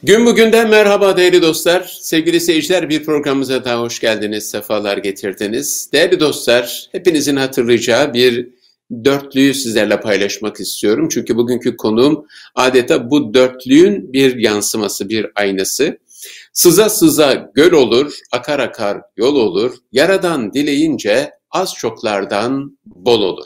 Gün bugünden merhaba değerli dostlar, sevgili seyirciler, bir programımıza daha hoş geldiniz, sefalar getirdiniz. Değerli dostlar, hepinizin hatırlayacağı bir dörtlüyü sizlerle paylaşmak istiyorum. Çünkü bugünkü konuğum adeta bu dörtlüğün bir yansıması, bir aynası. Sıza sıza göl olur, akar akar yol olur, yaradan dileyince az çoklardan bol olur.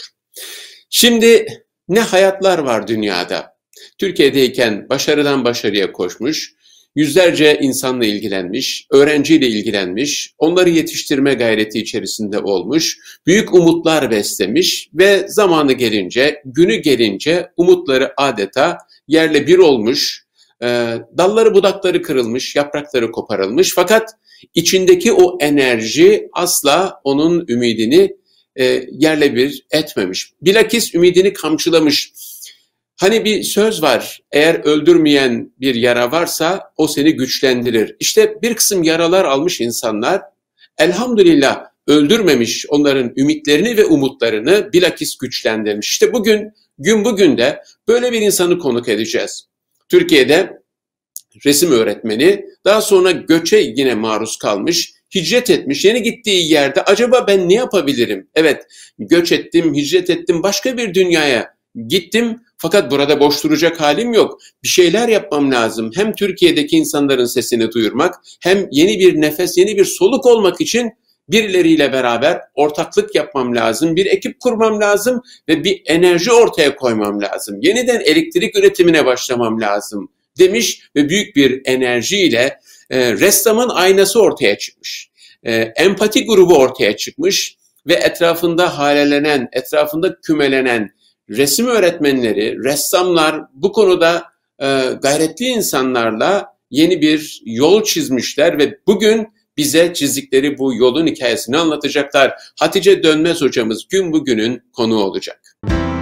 Şimdi ne hayatlar var dünyada. Türkiye'deyken başarıdan başarıya koşmuş, yüzlerce insanla ilgilenmiş, öğrenciyle ilgilenmiş, onları yetiştirme gayreti içerisinde olmuş, büyük umutlar beslemiş ve zamanı gelince, günü gelince umutları adeta yerle bir olmuş, dalları budakları kırılmış, yaprakları koparılmış fakat içindeki o enerji asla onun ümidini yerle bir etmemiş. Bilakis ümidini kamçılamış. Hani bir söz var, eğer öldürmeyen bir yara varsa o seni güçlendirir. İşte bir kısım yaralar almış insanlar, elhamdülillah öldürmemiş, onların ümitlerini ve umutlarını bilakis güçlendirmiş. İşte gün bugün de böyle bir insanı konuk edeceğiz. Türkiye'de resim öğretmeni, daha sonra göçe yine maruz kalmış, hicret etmiş, yeni gittiği yerde acaba ben ne yapabilirim? Evet, göç ettim, hicret ettim, başka bir dünyaya gittim fakat burada boş duracak halim yok. Bir şeyler yapmam lazım. Hem Türkiye'deki insanların sesini duyurmak, hem yeni bir nefes, yeni bir soluk olmak için birileriyle beraber ortaklık yapmam lazım. Bir ekip kurmam lazım ve bir enerji ortaya koymam lazım. Yeniden elektrik üretimine başlamam lazım demiş ve büyük bir enerjiyle ressamın aynası ortaya çıkmış. Empati grubu ortaya çıkmış ve etrafında halelenen, etrafında kümelenen resim öğretmenleri, ressamlar bu konuda gayretli insanlarla yeni bir yol çizmişler ve bugün bize çizdikleri bu yolun hikayesini anlatacaklar. Hatice Dönmez hocamız gün bugünün konuğu olacak.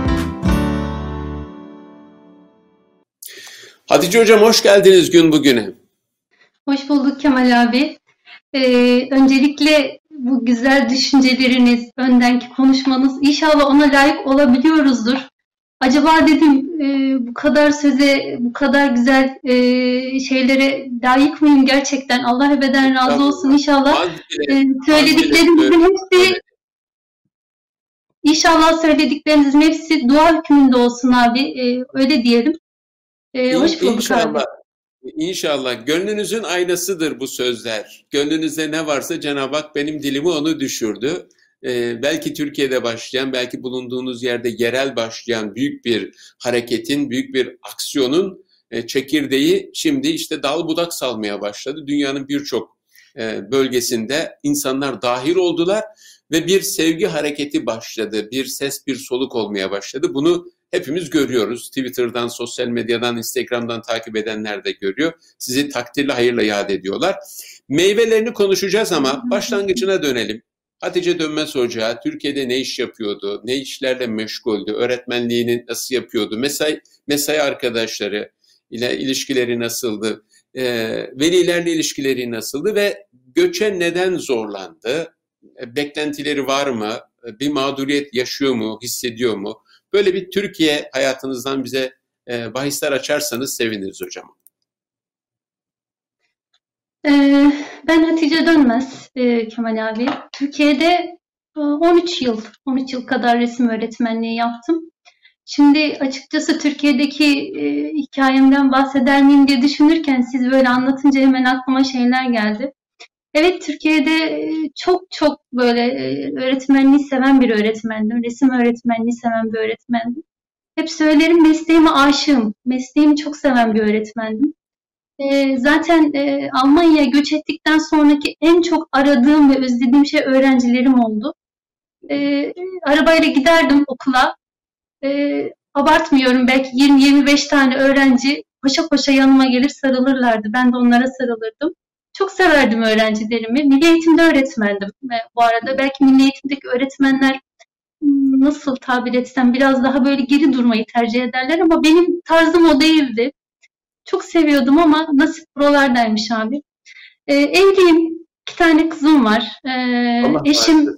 Hatice hocam hoş geldiniz gün bugüne. Hoş bulduk Kemal abi. Öncelikle bu güzel düşünceleriniz, öndenki konuşmanız, inşallah ona layık olabiliyoruzdur. Acaba dedim bu kadar söze, bu kadar güzel şeylere layık mıyım gerçekten? Allah ebeden razı olsun inşallah. Söylediklerinizin hepsi, inşallah söylediklerinizin hepsi dua hükmünde olsun abi. Öyle diyelim. Hoş bulduk İnşallah. abi. İnşallah. Gönlünüzün aynasıdır bu sözler. Gönlünüzde ne varsa Cenab-ı Hak benim dilimi onu düşürdü. Belki Türkiye'de başlayan, belki bulunduğunuz yerde yerel başlayan büyük bir hareketin, büyük bir aksiyonun çekirdeği şimdi işte dal budak salmaya başladı. Dünyanın birçok bölgesinde insanlar dahil oldular ve bir sevgi hareketi başladı. Bir ses, bir soluk olmaya başladı. Bunu hepimiz görüyoruz. Twitter'dan, sosyal medyadan, Instagram'dan takip edenler de görüyor. Sizi takdirle, hayırla yad ediyorlar. Meyvelerini konuşacağız ama başlangıcına dönelim. Hatice Dönmez Hoca Türkiye'de ne iş yapıyordu, ne işlerle meşguldü, öğretmenliğini nasıl yapıyordu, mesai arkadaşları ile ilişkileri nasıldı, velilerle ilişkileri nasıldı ve göçe neden zorlandı, beklentileri var mı, bir mağduriyet yaşıyor mu, hissediyor mu? Böyle bir Türkiye hayatınızdan bize bahisler açarsanız seviniriz hocam. Ben Hatice Dönmez Kemal abi. Türkiye'de 13 yıl kadar resim öğretmenliği yaptım. Şimdi açıkçası Türkiye'deki hikayemden bahseder miyim diye düşünürken siz böyle anlatınca hemen aklıma şeyler geldi. Evet, Türkiye'de çok böyle öğretmenliği seven bir öğretmendim. Resim öğretmenliği seven bir öğretmendim. Hep söylerim, mesleğime aşığım. Mesleğimi çok seven bir öğretmendim. Zaten Almanya'ya göç ettikten sonraki en çok aradığım ve özlediğim şey öğrencilerim oldu. Arabayla giderdim okula. Abartmıyorum, belki 20-25 tane öğrenci koşa koşa yanıma gelir sarılırlardı. Ben de onlara sarılırdım. Çok severdim öğrencilerimi. Milli eğitimde öğretmendim. Bu arada belki milli eğitimdeki öğretmenler nasıl tabir etsem biraz daha böyle geri durmayı tercih ederler ama benim tarzım o değildi. Çok seviyordum ama nasip buralardaymış abi. Evliyim. 2 tane kızım var. Eşim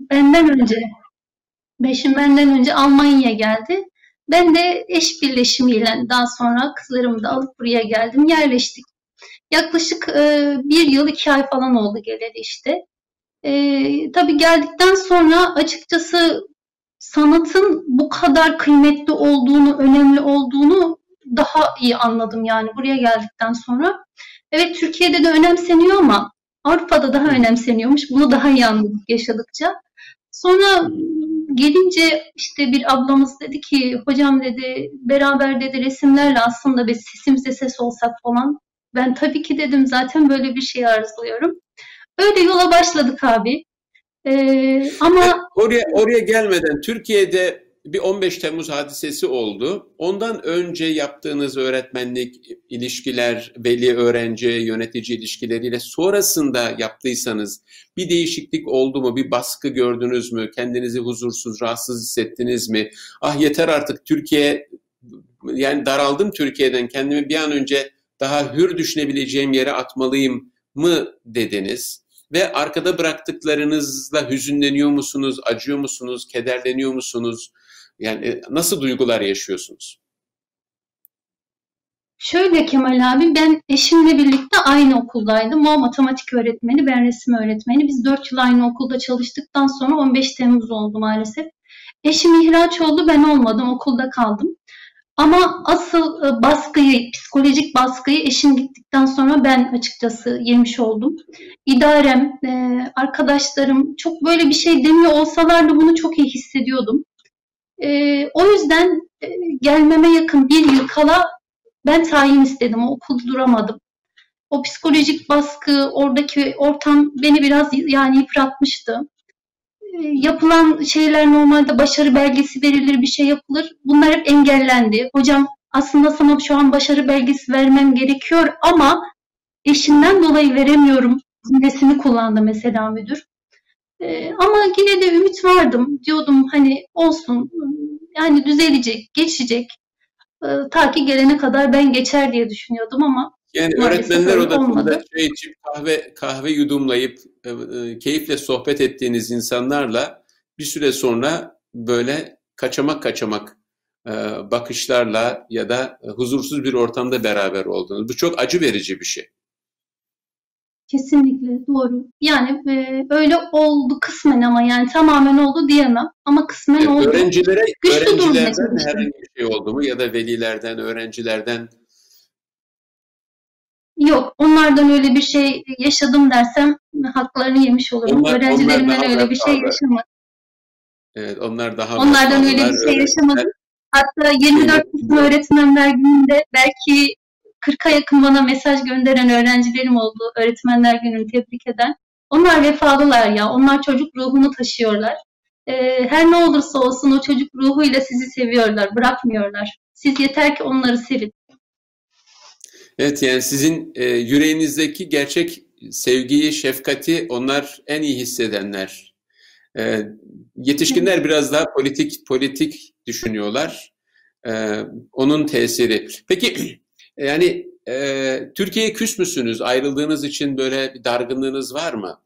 benden önce Almanya'ya geldi. Ben de eş birleşimiyle daha sonra kızlarımı da alıp buraya geldim. Yerleştik. Yaklaşık 1 yıl 2 ay falan oldu geleli işte. Tabii geldikten sonra açıkçası sanatın bu kadar kıymetli olduğunu, önemli olduğunu daha iyi anladım yani buraya geldikten sonra. Evet, Türkiye'de de önemseniyor ama Avrupa'da daha önemseniyormuş. Bunu daha iyi anladık yaşadıkça. Sonra gelince işte bir ablamız dedi ki, hocam dedi, beraber dedi resimlerle aslında biz sesimize ses olsak falan. Ben tabii ki dedim, zaten böyle bir şey arzuluyorum. Öyle yola başladık abi. Ama Oraya gelmeden Türkiye'de bir 15 Temmuz hadisesi oldu. Ondan önce yaptığınız öğretmenlik ilişkiler, veli öğrenci yönetici ilişkileriyle sonrasında yaptıysanız bir değişiklik oldu mu? Bir baskı gördünüz mü? Kendinizi huzursuz, rahatsız hissettiniz mi? Ah yeter artık Türkiye, yani daraldım Türkiye'den, kendimi bir an önce daha hür düşünebileceğim yere atmalıyım mı dediniz? Ve arkada bıraktıklarınızla hüzünleniyor musunuz, acıyor musunuz, kederleniyor musunuz? Yani nasıl duygular yaşıyorsunuz? şöyle Kemal abi, ben eşimle birlikte aynı okuldaydım. O matematik öğretmeni, ben resim öğretmeni. Biz 4 yıl aynı okulda çalıştıktan sonra 15 Temmuz oldu maalesef. Eşim ihraç oldu, ben olmadım, okulda kaldım. Ama asıl baskıyı, psikolojik baskıyı eşim gittikten sonra ben açıkçası yemiş oldum. İdarem, arkadaşlarım çok böyle bir şey demiyor olsalardı bunu çok iyi hissediyordum. O yüzden gelmeme yakın 1 yıl kala ben tayin istedim. O okulda duramadım. O psikolojik baskı, oradaki ortam beni biraz yani yıpratmıştı. Yapılan şeyler, normalde başarı belgesi verilir, bir şey yapılır. Bunlar hep engellendi. Hocam, aslında sana şu an başarı belgesi vermem gerekiyor ama eşinden dolayı veremiyorum cümlesini kullandı mesela müdür. Ama yine de ümit vardım. Diyordum hani olsun, yani düzelecek, geçecek. Ta ki gelene kadar ben geçer diye düşünüyordum ama Yani maalesef öğretmenler öyle odasında olmadı. çay içip kahve yudumlayıp keyifle sohbet ettiğiniz insanlarla bir süre sonra böyle kaçamak kaçamak bakışlarla ya da huzursuz bir ortamda beraber oldunuz. Bu çok acı verici bir şey. Kesinlikle doğru. Yani öyle oldu kısmen ama yani tamamen oldu diyemem. Ama kısmen oldu. Güçlü durmaya Öğrencilerden çalıştım. herhangi bir şey oldu mu ya da velilerden, öğrencilerden? Yok, onlardan öyle bir şey yaşadım dersem haklarını yemiş olurum. Onlar Öğrencilerimden daha öyle bir şey vefalı. yaşamadım. Evet, onlar daha Onlardan öyle vefalılar. bir şey Öğrenciler yaşamadım. Hatta 24 Kasım kıymetli. Öğretmenler Günü'nde belki 40'a yakın bana mesaj gönderen öğrencilerim oldu. Öğretmenler Günü'nü tebrik eden. Onlar vefalılar ya. Onlar çocuk ruhunu taşıyorlar. Her ne olursa olsun o çocuk ruhuyla sizi seviyorlar, bırakmıyorlar. Siz yeter ki onları sevin. Evet, yani sizin yüreğinizdeki gerçek sevgiyi, şefkati onlar en iyi hissedenler. E, Yetişkinler biraz daha politik düşünüyorlar. Onun tesiri. Peki yani Türkiye'ye küs müsünüz? Ayrıldığınız için böyle bir dargınlığınız var mı?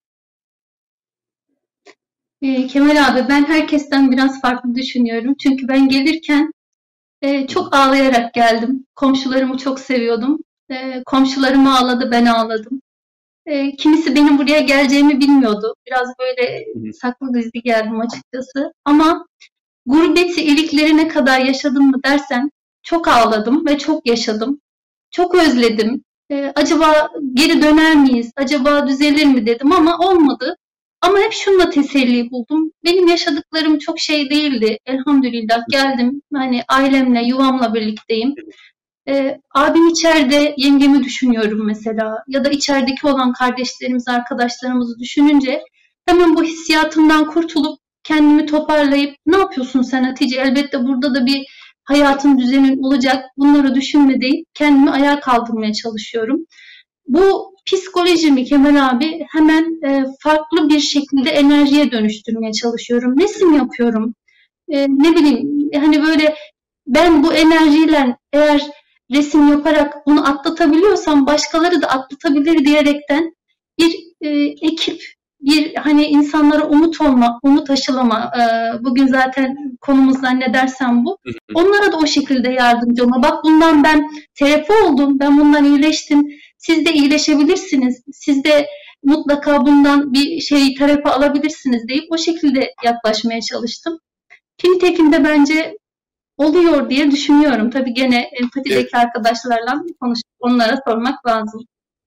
Kemal abi, ben herkesten biraz farklı düşünüyorum. Çünkü ben gelirken çok ağlayarak geldim. Komşularımı çok seviyordum. Komşularım ağladı, ben ağladım. Kimisi benim buraya geleceğimi bilmiyordu. Biraz böyle saklı gizli geldim açıkçası. Ama gurbeti iliklerine kadar yaşadım mı dersen, çok ağladım ve çok yaşadım. Çok özledim. Acaba geri döner miyiz? Acaba düzelir mi dedim ama olmadı. Ama hep şunla teselli buldum. Benim yaşadıklarım çok şey değildi. Elhamdülillah geldim. Hani ailemle, yuvamla birlikteyim. Abim içeride, yengemi düşünüyorum mesela. Ya da içerideki olan kardeşlerimizi, arkadaşlarımızı düşününce hemen bu hissiyatımdan kurtulup kendimi toparlayıp ne yapıyorsun sen Hatice? Elbette burada da bir hayatın düzenin olacak. Bunları düşünme deyip kendimi ayağa kaldırmaya çalışıyorum. Bu psikolojimi Kemal abi hemen farklı bir şekilde enerjiye dönüştürmeye çalışıyorum. Resim yapıyorum. Ne bileyim, hani böyle ben bu enerjiyle eğer resim yaparak bunu atlatabiliyorsam başkaları da atlatabilir diyerekten bir ekip, bir hani insanlara umut aşılama. Bugün zaten konumuz zannedersem bu. Onlara da o şekilde yardımcı olma. Bak bundan ben terapi oldum, ben bundan iyileştim. Siz de iyileşebilirsiniz. Siz de mutlaka bundan bir terapi alabilirsiniz deyip o şekilde yaklaşmaya çalıştım. Nitekim de bence oluyor diye düşünüyorum. Tabii gene empatideki arkadaşlarla konuşup onlara sormak lazım.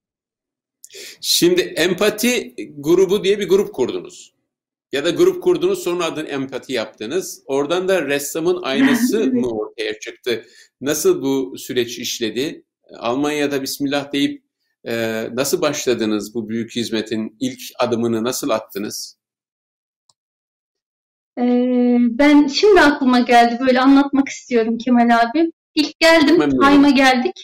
Şimdi empati grubu diye bir grup kurdunuz. Ya da grup kurdunuz, sonra adını empati yaptınız. Oradan da ressamın aynası Evet. mı ortaya çıktı? Nasıl bu süreç işledi? Almanya'da Bismillah deyip nasıl başladınız bu büyük hizmetin ilk adımını nasıl attınız? Ben şimdi aklıma geldi, böyle anlatmak istiyorum Kemal abi. İlk geldim, Memnun Haym'a olurum. geldik.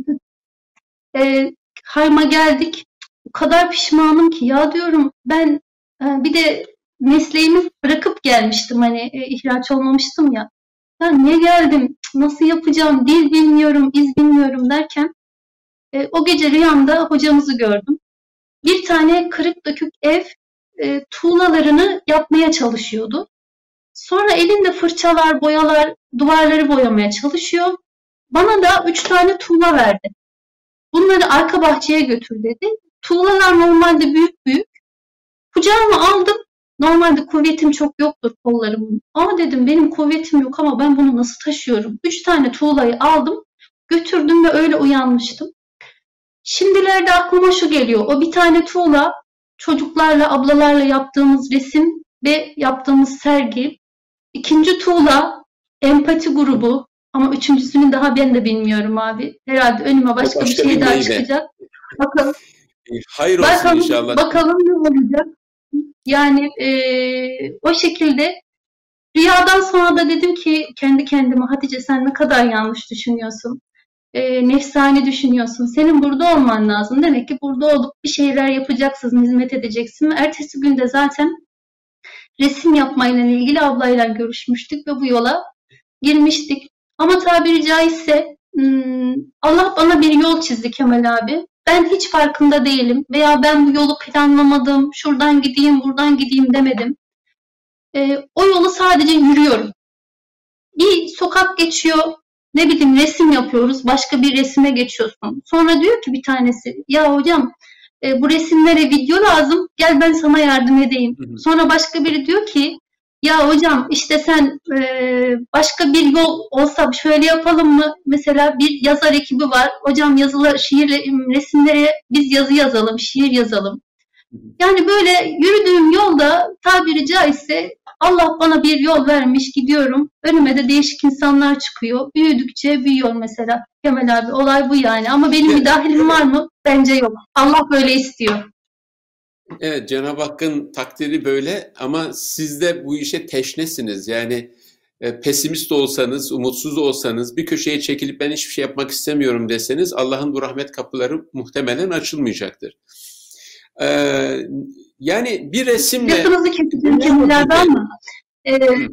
Haym'a geldik. O kadar pişmanım ki ya diyorum ben bir de mesleğimi bırakıp gelmiştim, hani ihraç olmamıştım ya. Ya niye geldim? Nasıl yapacağım? Dil bilmiyorum, iz bilmiyorum derken o gece rüyamda hocamızı gördüm. Bir tane kırık dökük ev tuğlalarını yapmaya çalışıyordu. Sonra elinde fırçalar, boyalar, duvarları boyamaya çalışıyor. Bana da 3 tane tuğla verdi. Bunları arka bahçeye götür dedi. Tuğlalar normalde büyük büyük. Kucağıma aldım. Normalde kuvvetim çok yoktur kollarımın. Aa dedim, benim kuvvetim yok ama ben bunu nasıl taşıyorum? 3 tane tuğlayı aldım, götürdüm ve öyle uyanmıştım. Şimdilerde aklıma şu geliyor. O bir tane tuğla, çocuklarla, ablalarla yaptığımız resim ve yaptığımız sergi. İkinci tuğla, empati grubu. Ama üçüncüsünü daha ben de bilmiyorum abi. Herhalde önüme O başka bir başka şey bir daha meyve. çıkacak. Bakalım, Hayır olsun bakalım, inşallah. bakalım ne olacak. Yani o şekilde rüyadan sonra da dedim ki kendi kendime, Hatice sen ne kadar yanlış düşünüyorsun. Nefsani düşünüyorsun. Senin burada olman lazım. Demek ki burada olup bir şeyler yapacaksın, hizmet edeceksin. Ertesi gün de zaten resim yapmayla ilgili ablayla görüşmüştük ve bu yola girmiştik. Ama tabiri caizse Allah bana bir yol çizdi Kemal abi. Ben hiç farkında değilim veya ben bu yolu planlamadım, şuradan gideyim, buradan gideyim demedim. O yolu sadece yürüyorum. Bir sokak geçiyor, ne bileyim resim yapıyoruz, başka bir resime geçiyorsun. Sonra diyor ki bir tanesi, ya hocam bu resimlere video lazım, gel ben sana yardım edeyim. Hı hı. Sonra başka biri diyor ki, ya hocam işte sen başka bir yol olsa şöyle yapalım mı? Mesela bir yazar ekibi var, hocam yazılar, resimlere biz yazı yazalım, şiir yazalım. Yani böyle yürüdüğüm yolda tabiri caizse Allah bana bir yol vermiş, gidiyorum. Önüme de değişik insanlar çıkıyor. Büyüdükçe büyüyor mesela. Kemal abi, olay bu yani. Ama benim bir dahilim var mı? Bence yok. Allah böyle istiyor. Evet, Cenab-ı Hakk'ın takdiri böyle ama siz de bu işe teşnesiniz. Yani pesimist olsanız, umutsuz olsanız, bir köşeye çekilip ben hiçbir şey yapmak istemiyorum deseniz Allah'ın bu rahmet kapıları muhtemelen açılmayacaktır. Yani bir resimle Lafınızı keseceğim dünya mı Kemal abi güzel? ama Hı.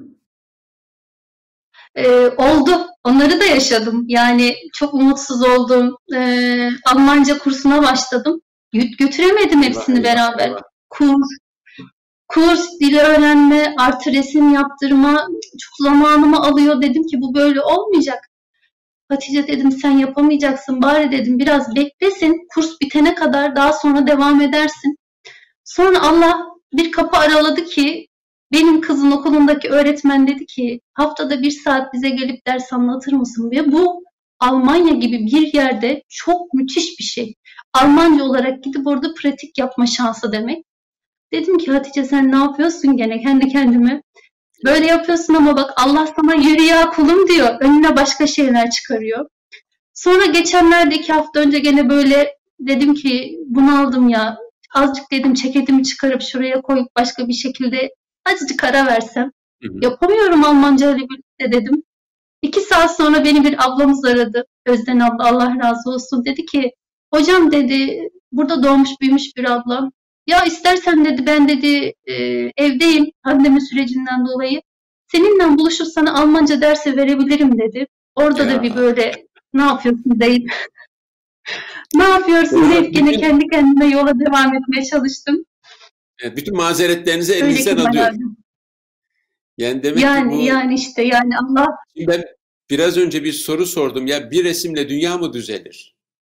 oldu. Onları da yaşadım. Yani çok umutsuz oldum. Almanca kursuna başladım. Götüremedim Eyvah, hepsini eyvah, beraber. eyvah. Kurs, dili öğrenme, artı resim yaptırma çok zamanımı alıyor. Dedim ki bu böyle olmayacak. Hatice dedim sen yapamayacaksın. Bari dedim biraz beklesin. Kurs bitene kadar daha sonra devam edersin. Sonra Allah bir kapı araladı ki benim kızın okulundaki öğretmen dedi ki haftada 1 saat bize gelip ders anlatır mısın? Ve bu Almanya gibi bir yerde çok müthiş bir şey. Almanca olarak gidip orada pratik yapma şansı demek. Dedim ki Hatice sen ne yapıyorsun gene, kendi kendime. Böyle yapıyorsun ama bak Allah sana yürü ya kulum diyor. Önüne başka şeyler çıkarıyor. Sonra geçenlerde 2 hafta önce gene böyle dedim ki bunaldım ya. Azıcık dedim ceketimi çıkarıp şuraya koyup başka bir şekilde azıcık ara versem. Hı hı. Yapamıyorum Almanca ile birlikte dedim. 2 saat sonra beni bir ablamız aradı. Özden abla Allah razı olsun. Dedi ki hocam dedi burada doğmuş büyümüş bir ablam. Ya istersen dedi ben dedi evdeyim pandemi sürecinden dolayı. Seninle buluşup sana Almanca dersi verebilirim dedi. Orada da bir Ya. böyle ne yapıyorsun deyip ne yapıyorsun deyip gene Bütün, kendi kendime yola devam etmeye çalıştım. bütün mazeretlerinizi Öyle elinizden Kemal alıyor. abi. Yani demek ki Yani bu, yani işte yani Allah şimdi ben biraz önce bir soru sordum. Ya bir resimle dünya mı düzelir?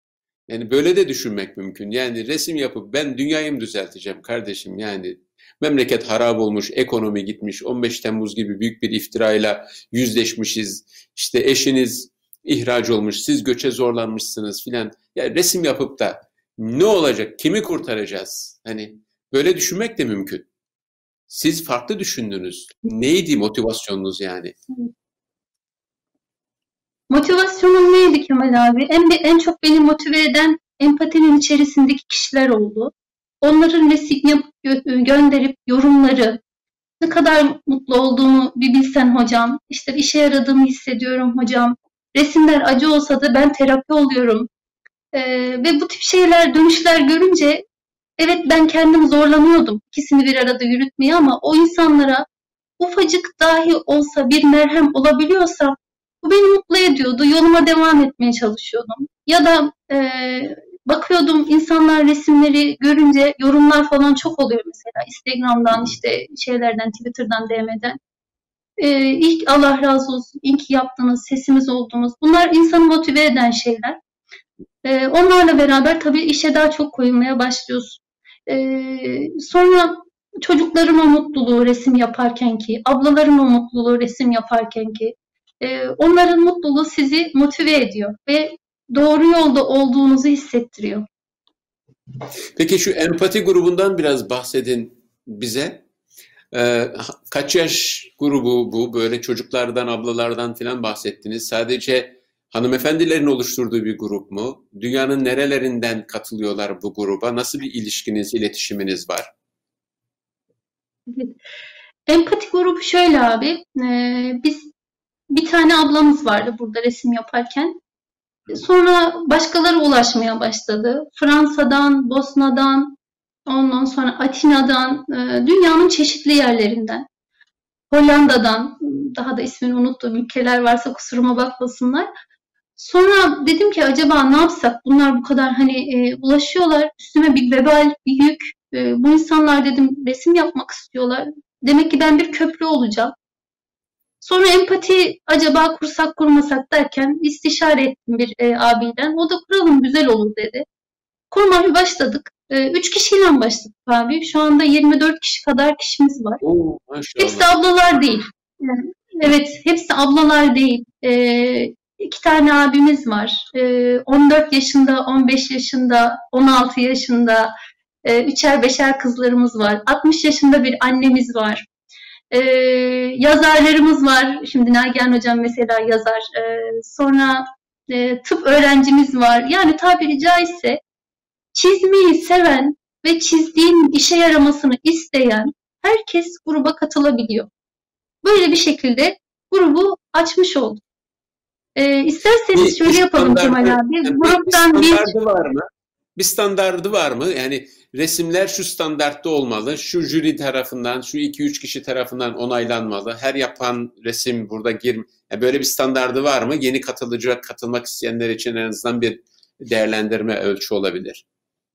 Yani böyle de düşünmek mümkün. Yani resim yapıp ben dünyayı mı düzelteceğim kardeşim? Yani memleket harap olmuş, ekonomi gitmiş, 15 Temmuz gibi büyük bir iftirayla yüzleşmişiz. İşte eşiniz ihraç olmuş, siz göçe zorlanmışsınız filan. Ya resim yapıp da ne olacak? Kimi kurtaracağız? Hani böyle düşünmek de mümkün. Siz farklı düşündünüz. Neydi motivasyonunuz yani? Motivasyonum neydi Kemal abi? En çok beni motive eden empatinin içerisindeki kişiler oldu. Onların resim yapıp gönderip yorumları, ne kadar mutlu olduğumu bir bilsen hocam. İşte işe yaradığımı hissediyorum hocam. Resimler acı olsa da ben terapi oluyorum. Ve bu tip şeyler, dönüşler görünce evet ben kendim zorlanıyordum ikisini bir arada yürütmeye ama o insanlara ufacık dahi olsa bir merhem olabiliyorsa bu beni mutlu ediyordu. Yoluma devam etmeye çalışıyordum. Ya da bakıyordum insanlar resimleri görünce yorumlar falan çok oluyor mesela. Instagram'dan işte şeylerden, Twitter'dan, DM'den. İlk Allah razı olsun, iyi ki yaptınız, sesimiz oldunuz. Bunlar insanı motive eden şeyler. Onlarla beraber tabii işe daha çok koyulmaya başlıyorsun. Sonra çocukların o mutluluğu resim yaparken ki, ablaların o mutluluğu resim yaparken ki, onların mutluluğu sizi motive ediyor ve doğru yolda olduğunuzu hissettiriyor. Peki şu empati grubundan biraz bahsedin bize. Kaç yaş grubu bu? Böyle çocuklardan, ablalardan falan bahsettiniz. Sadece hanımefendilerin oluşturduğu bir grup mu? Dünyanın nerelerinden katılıyorlar bu gruba? Nasıl bir ilişkiniz, iletişiminiz var? Evet. Empati grubu şöyle abi, biz bir tane ablamız vardı burada resim yaparken. Sonra başkaları ulaşmaya başladı. Fransa'dan, Bosna'dan, ondan sonra Atina'dan, dünyanın çeşitli yerlerinden, Hollanda'dan, daha da ismini unuttuğum ülkeler varsa kusuruma bakmasınlar. Sonra dedim ki acaba ne yapsak? Bunlar bu kadar hani ulaşıyorlar. Üstüme bir vebal, bir yük. Bu insanlar dedim resim yapmak istiyorlar. Demek ki ben bir köprü olacağım. Sonra empati acaba kursak kurmasak derken istişare ettim bir abiden. O da kuralım güzel olur dedi. Kurmaya başladık. 3 kişiyle başladık abi. Şu anda 24 kişi kadar kişimiz var. Oo, Hepsi maşallah. ablalar değil. Evet, hepsi ablalar değil. 2 tane abimiz var. 14 yaşında, 15 yaşında, 16 yaşında, üçer beşer kızlarımız var. 60 yaşında bir annemiz var. Yazarlarımız var. Şimdi Nagihan Hocam mesela yazar. Sonra tıp öğrencimiz var. Yani tabiri caizse çizmeyi seven ve çizdiğin işe yaramasını isteyen herkes gruba katılabiliyor. Böyle bir şekilde grubu açmış olduk. İsterseniz şöyle yapalım Kemal abi. Gruptan bir standardı var mı? Bir standardı var mı? Yani resimler şu standartta olmalı, şu jüri tarafından, şu 2-3 kişi tarafından onaylanmalı. Her yapan resim burada yani böyle bir standardı var mı? Yeni katılıcı, katılmak isteyenler için en azından bir değerlendirme ölçü olabilir.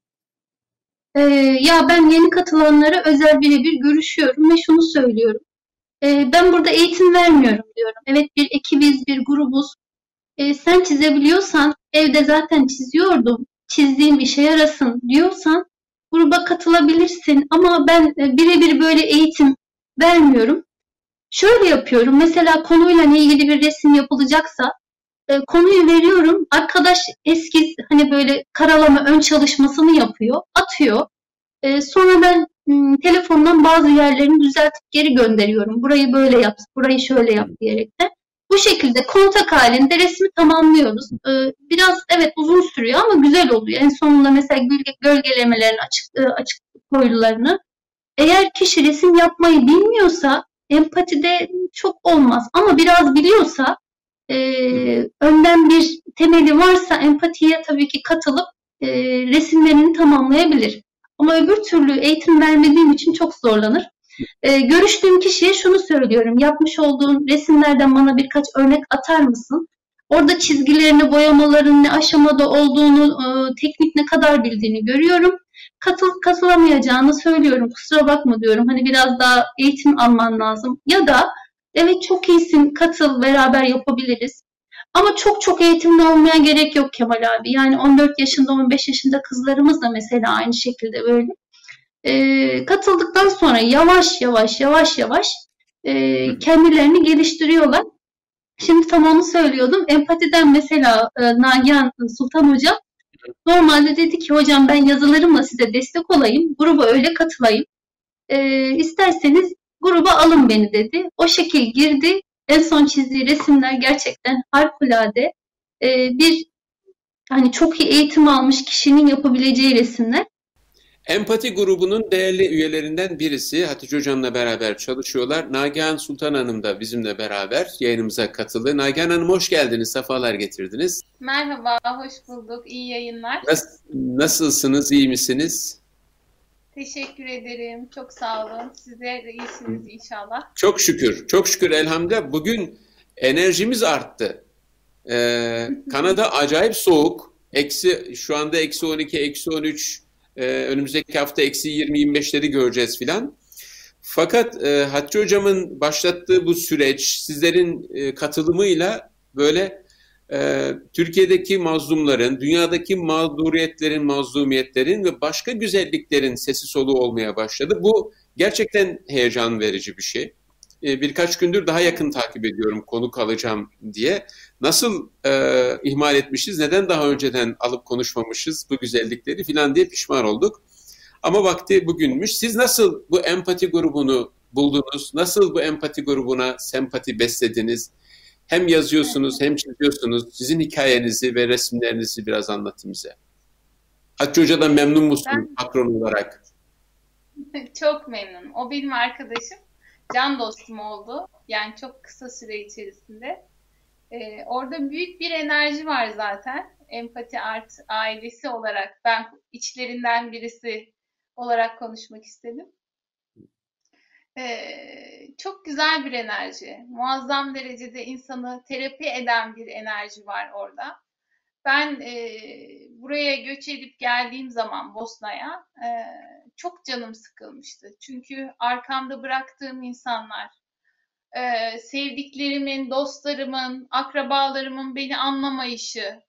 Ya ben yeni katılanlara özel birebir görüşüyorum ve şunu söylüyorum. Ben burada eğitim vermiyorum diyorum. Evet bir ekibiz, bir grubuz. Sen çizebiliyorsan, evde zaten çiziyordum, çizdiğim işe yarasın diyorsan gruba katılabilirsin. Ama ben birebir böyle eğitim vermiyorum. Şöyle yapıyorum, mesela konuyla ilgili bir resim yapılacaksa konuyu veriyorum, arkadaş eskiz hani böyle karalama ön çalışmasını yapıyor, atıyor. Sonra ben telefondan bazı yerlerini düzeltip geri gönderiyorum. Burayı böyle yap, burayı şöyle yap diyerekten. Bu şekilde kontak halinde resmi tamamlıyoruz. Biraz evet uzun sürüyor ama güzel oluyor. En sonunda mesela gölgelemelerini, açık koyularını. Eğer kişi resim yapmayı bilmiyorsa empatide çok olmaz. Ama biraz biliyorsa önden bir temeli varsa empatiye tabii ki katılıp resimlerini tamamlayabilir. Ama öbür türlü eğitim vermediğim için çok zorlanır. Görüştüğüm kişiye şunu söylüyorum. Yapmış olduğun resimlerden bana birkaç örnek atar mısın? Orada çizgilerini, boyamaların ne aşamada olduğunu, teknik ne kadar bildiğini görüyorum. Katılamayacağını söylüyorum. Kusura bakma diyorum. Hani biraz daha eğitim alman lazım. Ya da evet çok iyisin, katıl, beraber yapabiliriz. Ama çok çok eğitimli olmaya gerek yok Kemal abi. Yani 14 yaşında, 15 yaşında kızlarımız da mesela aynı şekilde böyle. Katıldıktan sonra yavaş yavaş kendilerini geliştiriyorlar. Şimdi tam onu söylüyordum. Empatiden mesela Nagihan Sultan Hocam normalde dedi ki hocam ben yazılarımla size destek olayım, gruba öyle katılayım. İsterseniz gruba alın beni dedi. O şekil girdi. En son çizdiği resimler gerçekten harikulade. Bir hani çok iyi eğitim almış kişinin yapabileceği resimler. Empati grubunun değerli üyelerinden birisi Hatice Hocam'la beraber çalışıyorlar. Nagihan Sultan Hanım da bizimle beraber yayınımıza katıldı. Nagihan Hanım hoş geldiniz, sefalar getirdiniz. Merhaba, hoş bulduk. İyi yayınlar. Nasılsınız, iyi misiniz? Teşekkür ederim. Çok sağ olun. Sizler de iyisiniz inşallah. Çok şükür, çok şükür elhamdülillah. Bugün enerjimiz arttı. Kanada acayip soğuk. Şu anda eksi 12, eksi 13. Önümüzdeki hafta eksi 20-25'leri göreceğiz filan. Fakat Hatice Hocam'ın başlattığı bu süreç sizlerin katılımıyla böyle Türkiye'deki mazlumların, dünyadaki mağduriyetlerin, mazlumiyetlerin ve başka güzelliklerin sesi soluğu olmaya başladı. Bu gerçekten heyecan verici bir şey. Birkaç gündür daha yakın takip ediyorum konuk alacağım diye. Nasıl ihmal etmişiz, neden daha önceden alıp konuşmamışız bu güzellikleri filan diye pişman olduk. Ama vakti bugünmüş. Siz nasıl bu empati grubunu buldunuz? Nasıl bu empati grubuna sempati beslediniz? Hem yazıyorsunuz hem çiziyorsunuz. Sizin hikayenizi ve resimlerinizi biraz anlatın bize. Hatice Hoca'dan memnun musun patron olarak? Çok memnunum. O benim arkadaşım. Can dostum oldu. Yani çok kısa süre içerisinde. Orada büyük bir enerji var zaten. Empati Art ailesi olarak ben içlerinden birisi olarak konuşmak istedim. Çok güzel bir enerji. Muazzam derecede insanı terapi eden bir enerji var orada. Ben buraya göç edip geldiğim zaman Bosna'ya çok canım sıkılmıştı. Çünkü arkamda bıraktığım insanlar, sevdiklerimin, dostlarımın, akrabalarımın beni anlamayışı,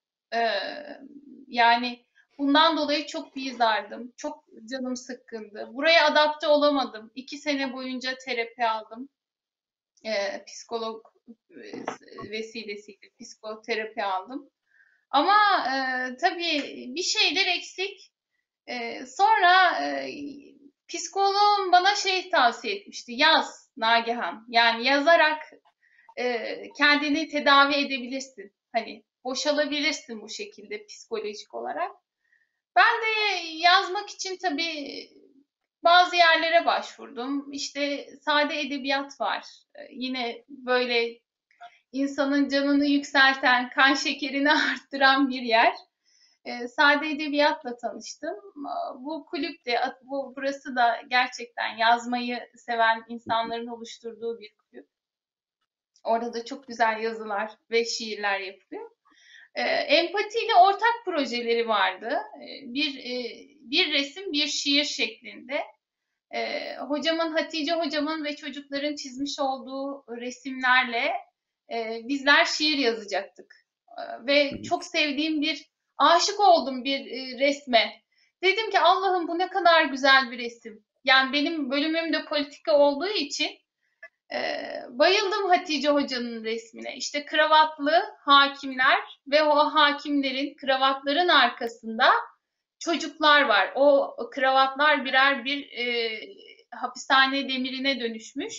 yani bundan dolayı çok bezardım. Çok canım sıkkındı. Buraya adapte olamadım. 2 sene boyunca terapi aldım. Psikolog vesilesiyle psikoterapi aldım. Ama tabii bir şeyler eksik. Sonra psikoloğum bana şey tavsiye etmişti. Yaz Nagihan. Yani yazarak kendini tedavi edebilirsin. Hani boşalabilirsin bu şekilde psikolojik olarak. Ben de yazmak için tabii bazı yerlere başvurdum. İşte sade edebiyat var. Yine böyle insanın canını yükselten, kan şekerini arttıran bir yer. Sade edebiyatla tanıştım. Bu kulüp de, burası da gerçekten yazmayı seven insanların oluşturduğu bir kulüp. Orada da çok güzel yazılar ve şiirler yapılıyor. Empatiyle ortak projeleri vardı. Bir resim, bir şiir şeklinde. Hatice hocamın ve çocukların çizmiş olduğu resimlerle bizler şiir yazacaktık. Ve çok sevdiğim aşık oldum bir resme. Dedim ki Allah'ım bu ne kadar güzel bir resim. Yani benim bölümüm de politika olduğu için bayıldım Hatice Hoca'nın resmine. İşte kravatlı hakimler ve o hakimlerin kravatların arkasında çocuklar var. O kravatlar birer bir hapishane demirine dönüşmüş.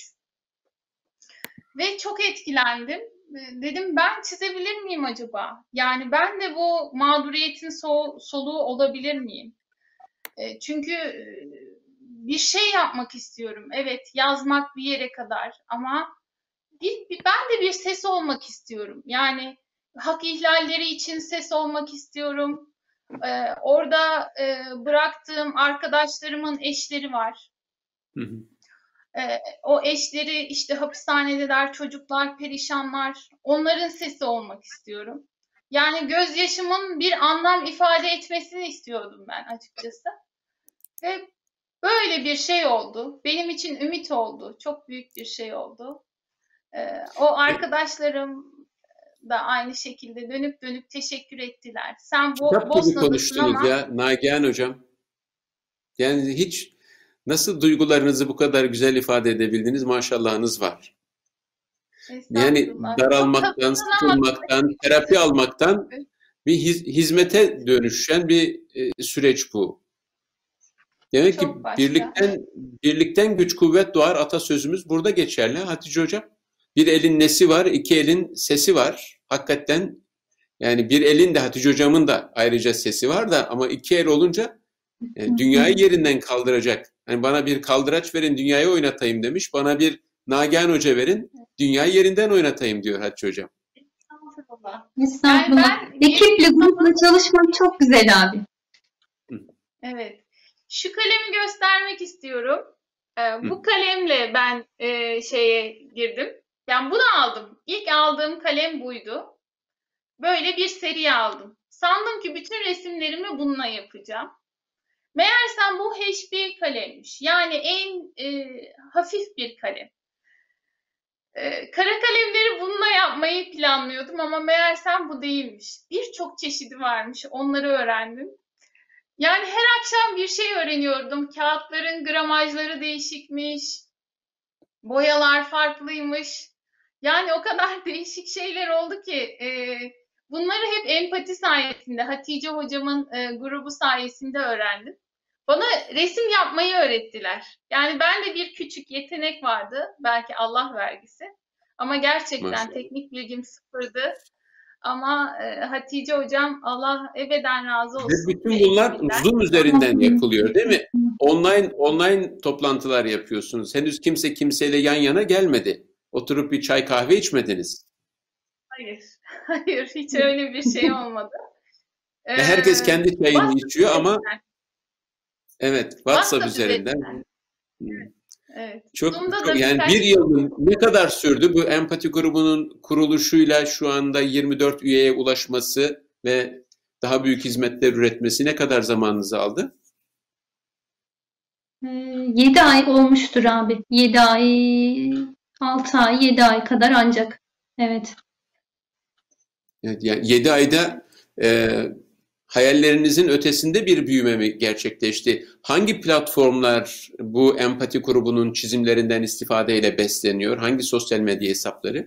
Ve çok etkilendim. Dedim ben çizebilir miyim acaba? Yani ben de bu mağduriyetin soluğu olabilir miyim? Çünkü bir şey yapmak istiyorum. Evet, yazmak bir yere kadar ama ben de bir ses olmak istiyorum. Yani hak ihlalleri için ses olmak istiyorum. Orada bıraktığım arkadaşlarımın eşleri var. Hı hı. O eşleri işte hapishanedeler, çocuklar, perişanlar. Onların sesi olmak istiyorum. Yani gözyaşımın bir anlam ifade etmesini istiyordum ben açıkçası. Ve böyle bir şey oldu. Benim için ümit oldu. Çok büyük bir şey oldu. O arkadaşlarım da aynı şekilde dönüp dönüp teşekkür ettiler. Sen Kitap gibi Bosna'dasın konuştunuz ama ya Nagihan Hocam. Yani hiç nasıl duygularınızı bu kadar güzel ifade edebildiniz, maşallahınız var. Yani estağfurullah. Çok daralmaktan, katlanamadım. sıkılmaktan, terapi almaktan bir hizmete dönüşen bir süreç bu. Demek ki Çok başka. birlikten güç kuvvet doğar atasözümüz burada geçerli Hatice Hocam. Bir elin nesi var, iki elin sesi var. Hakikaten yani bir elin de Hatice Hocam'ın da ayrıca sesi var da ama iki el olunca dünyayı yerinden kaldıracak. Yani bana bir kaldıraç verin dünyayı oynatayım demiş. Bana bir Nagihan Hoca verin dünyayı yerinden oynatayım diyor Hatice Hocam. Estağfurullah. Estağfurullah. ben Ekiple, grupla çalışmak çok güzel abi. Evet. Şu kalemi göstermek istiyorum. Bu kalemle ben şeye girdim. Yani bunu aldım. İlk aldığım kalem buydu. Böyle bir seri aldım. Sandım ki bütün resimlerimi bununla yapacağım. Meğersem bu HB kalemmiş. Yani en hafif bir kalem. Kara kalemleri bununla yapmayı planlıyordum ama meğersem bu değilmiş. Birçok çeşidi varmış. Onları öğrendim. Yani her akşam bir şey öğreniyordum. Kağıtların gramajları değişikmiş. Boyalar farklıymış. Yani o kadar değişik şeyler oldu ki bunları hep empati sayesinde, Hatice hocamın grubu sayesinde öğrendim. Bana resim yapmayı öğrettiler. Yani bende bir küçük yetenek vardı. Belki Allah vergisi. Ama gerçekten Maşallah. teknik bilgim sıfırdı. Ama Hatice hocam Allah ebeden razı Ve olsun. bütün bunlar Zoom üzerinden yapılıyor değil mi? Online toplantılar yapıyorsunuz. Henüz kimse kimseyle yan yana gelmedi. Oturup bir çay kahve içmediniz. Hayır. Hayır, hiç öyle bir şey olmadı. Herkes kendi çayını WhatsApp içiyor ama üzerinden. evet WhatsApp üzerinden. Evet. Çok Zoom'da da yani birkaç bir yıl ne kadar sürdü bu empati grubunun kuruluşuyla şu anda 24 üyeye ulaşması ve daha büyük hizmetler üretmesi ne kadar zamanınızı aldı? 7 ay olmuştur abi. 7 ay, 6 ay, 7 ay kadar ancak. Evet. Evet, yani 7 ayda hayallerinizin ötesinde bir büyüme mi gerçekleşti? Hangi platformlar bu empati grubunun çizimlerinden istifadeyle besleniyor? Hangi sosyal medya hesapları?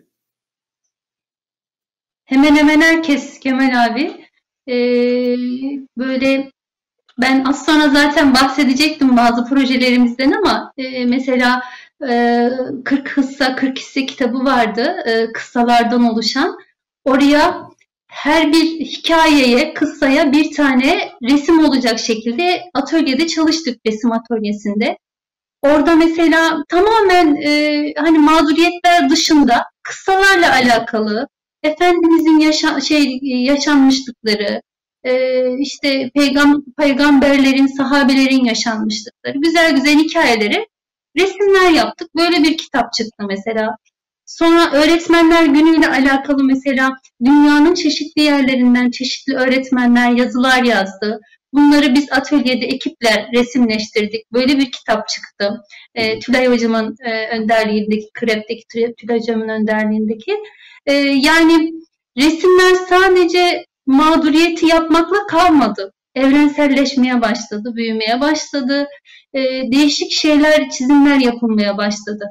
Hemen hemen herkes Kemal abi. Böyle ben az sonra zaten bahsedecektim bazı projelerimizden ama mesela 40 hissa 40 hisse kitabı vardı kıssalardan oluşan. Oraya her bir hikayeye, kıssaya bir tane resim olacak şekilde atölyede çalıştık, resim atölyesinde. Orada mesela tamamen hani mağduriyetler dışında kıssalarla alakalı Efendimizin yaşanmışlıkları, işte peygamberlerin, sahabelerin yaşanmışlıkları, güzel güzel hikayeleri resimler yaptık. Böyle bir kitap çıktı mesela. Sonra Öğretmenler Günü'yle alakalı mesela dünyanın çeşitli yerlerinden çeşitli öğretmenler yazılar yazdı. Bunları biz atölyede ekiple resimleştirdik. Böyle bir kitap çıktı. Tülay Hocam'ın önderliğindeki, Krep'teki Tülay Hocam'ın önderliğindeki. Yani resimler sadece mağduriyeti yapmakla kalmadı. Evrenselleşmeye başladı, büyümeye başladı. Değişik şeyler, çizimler yapılmaya başladı.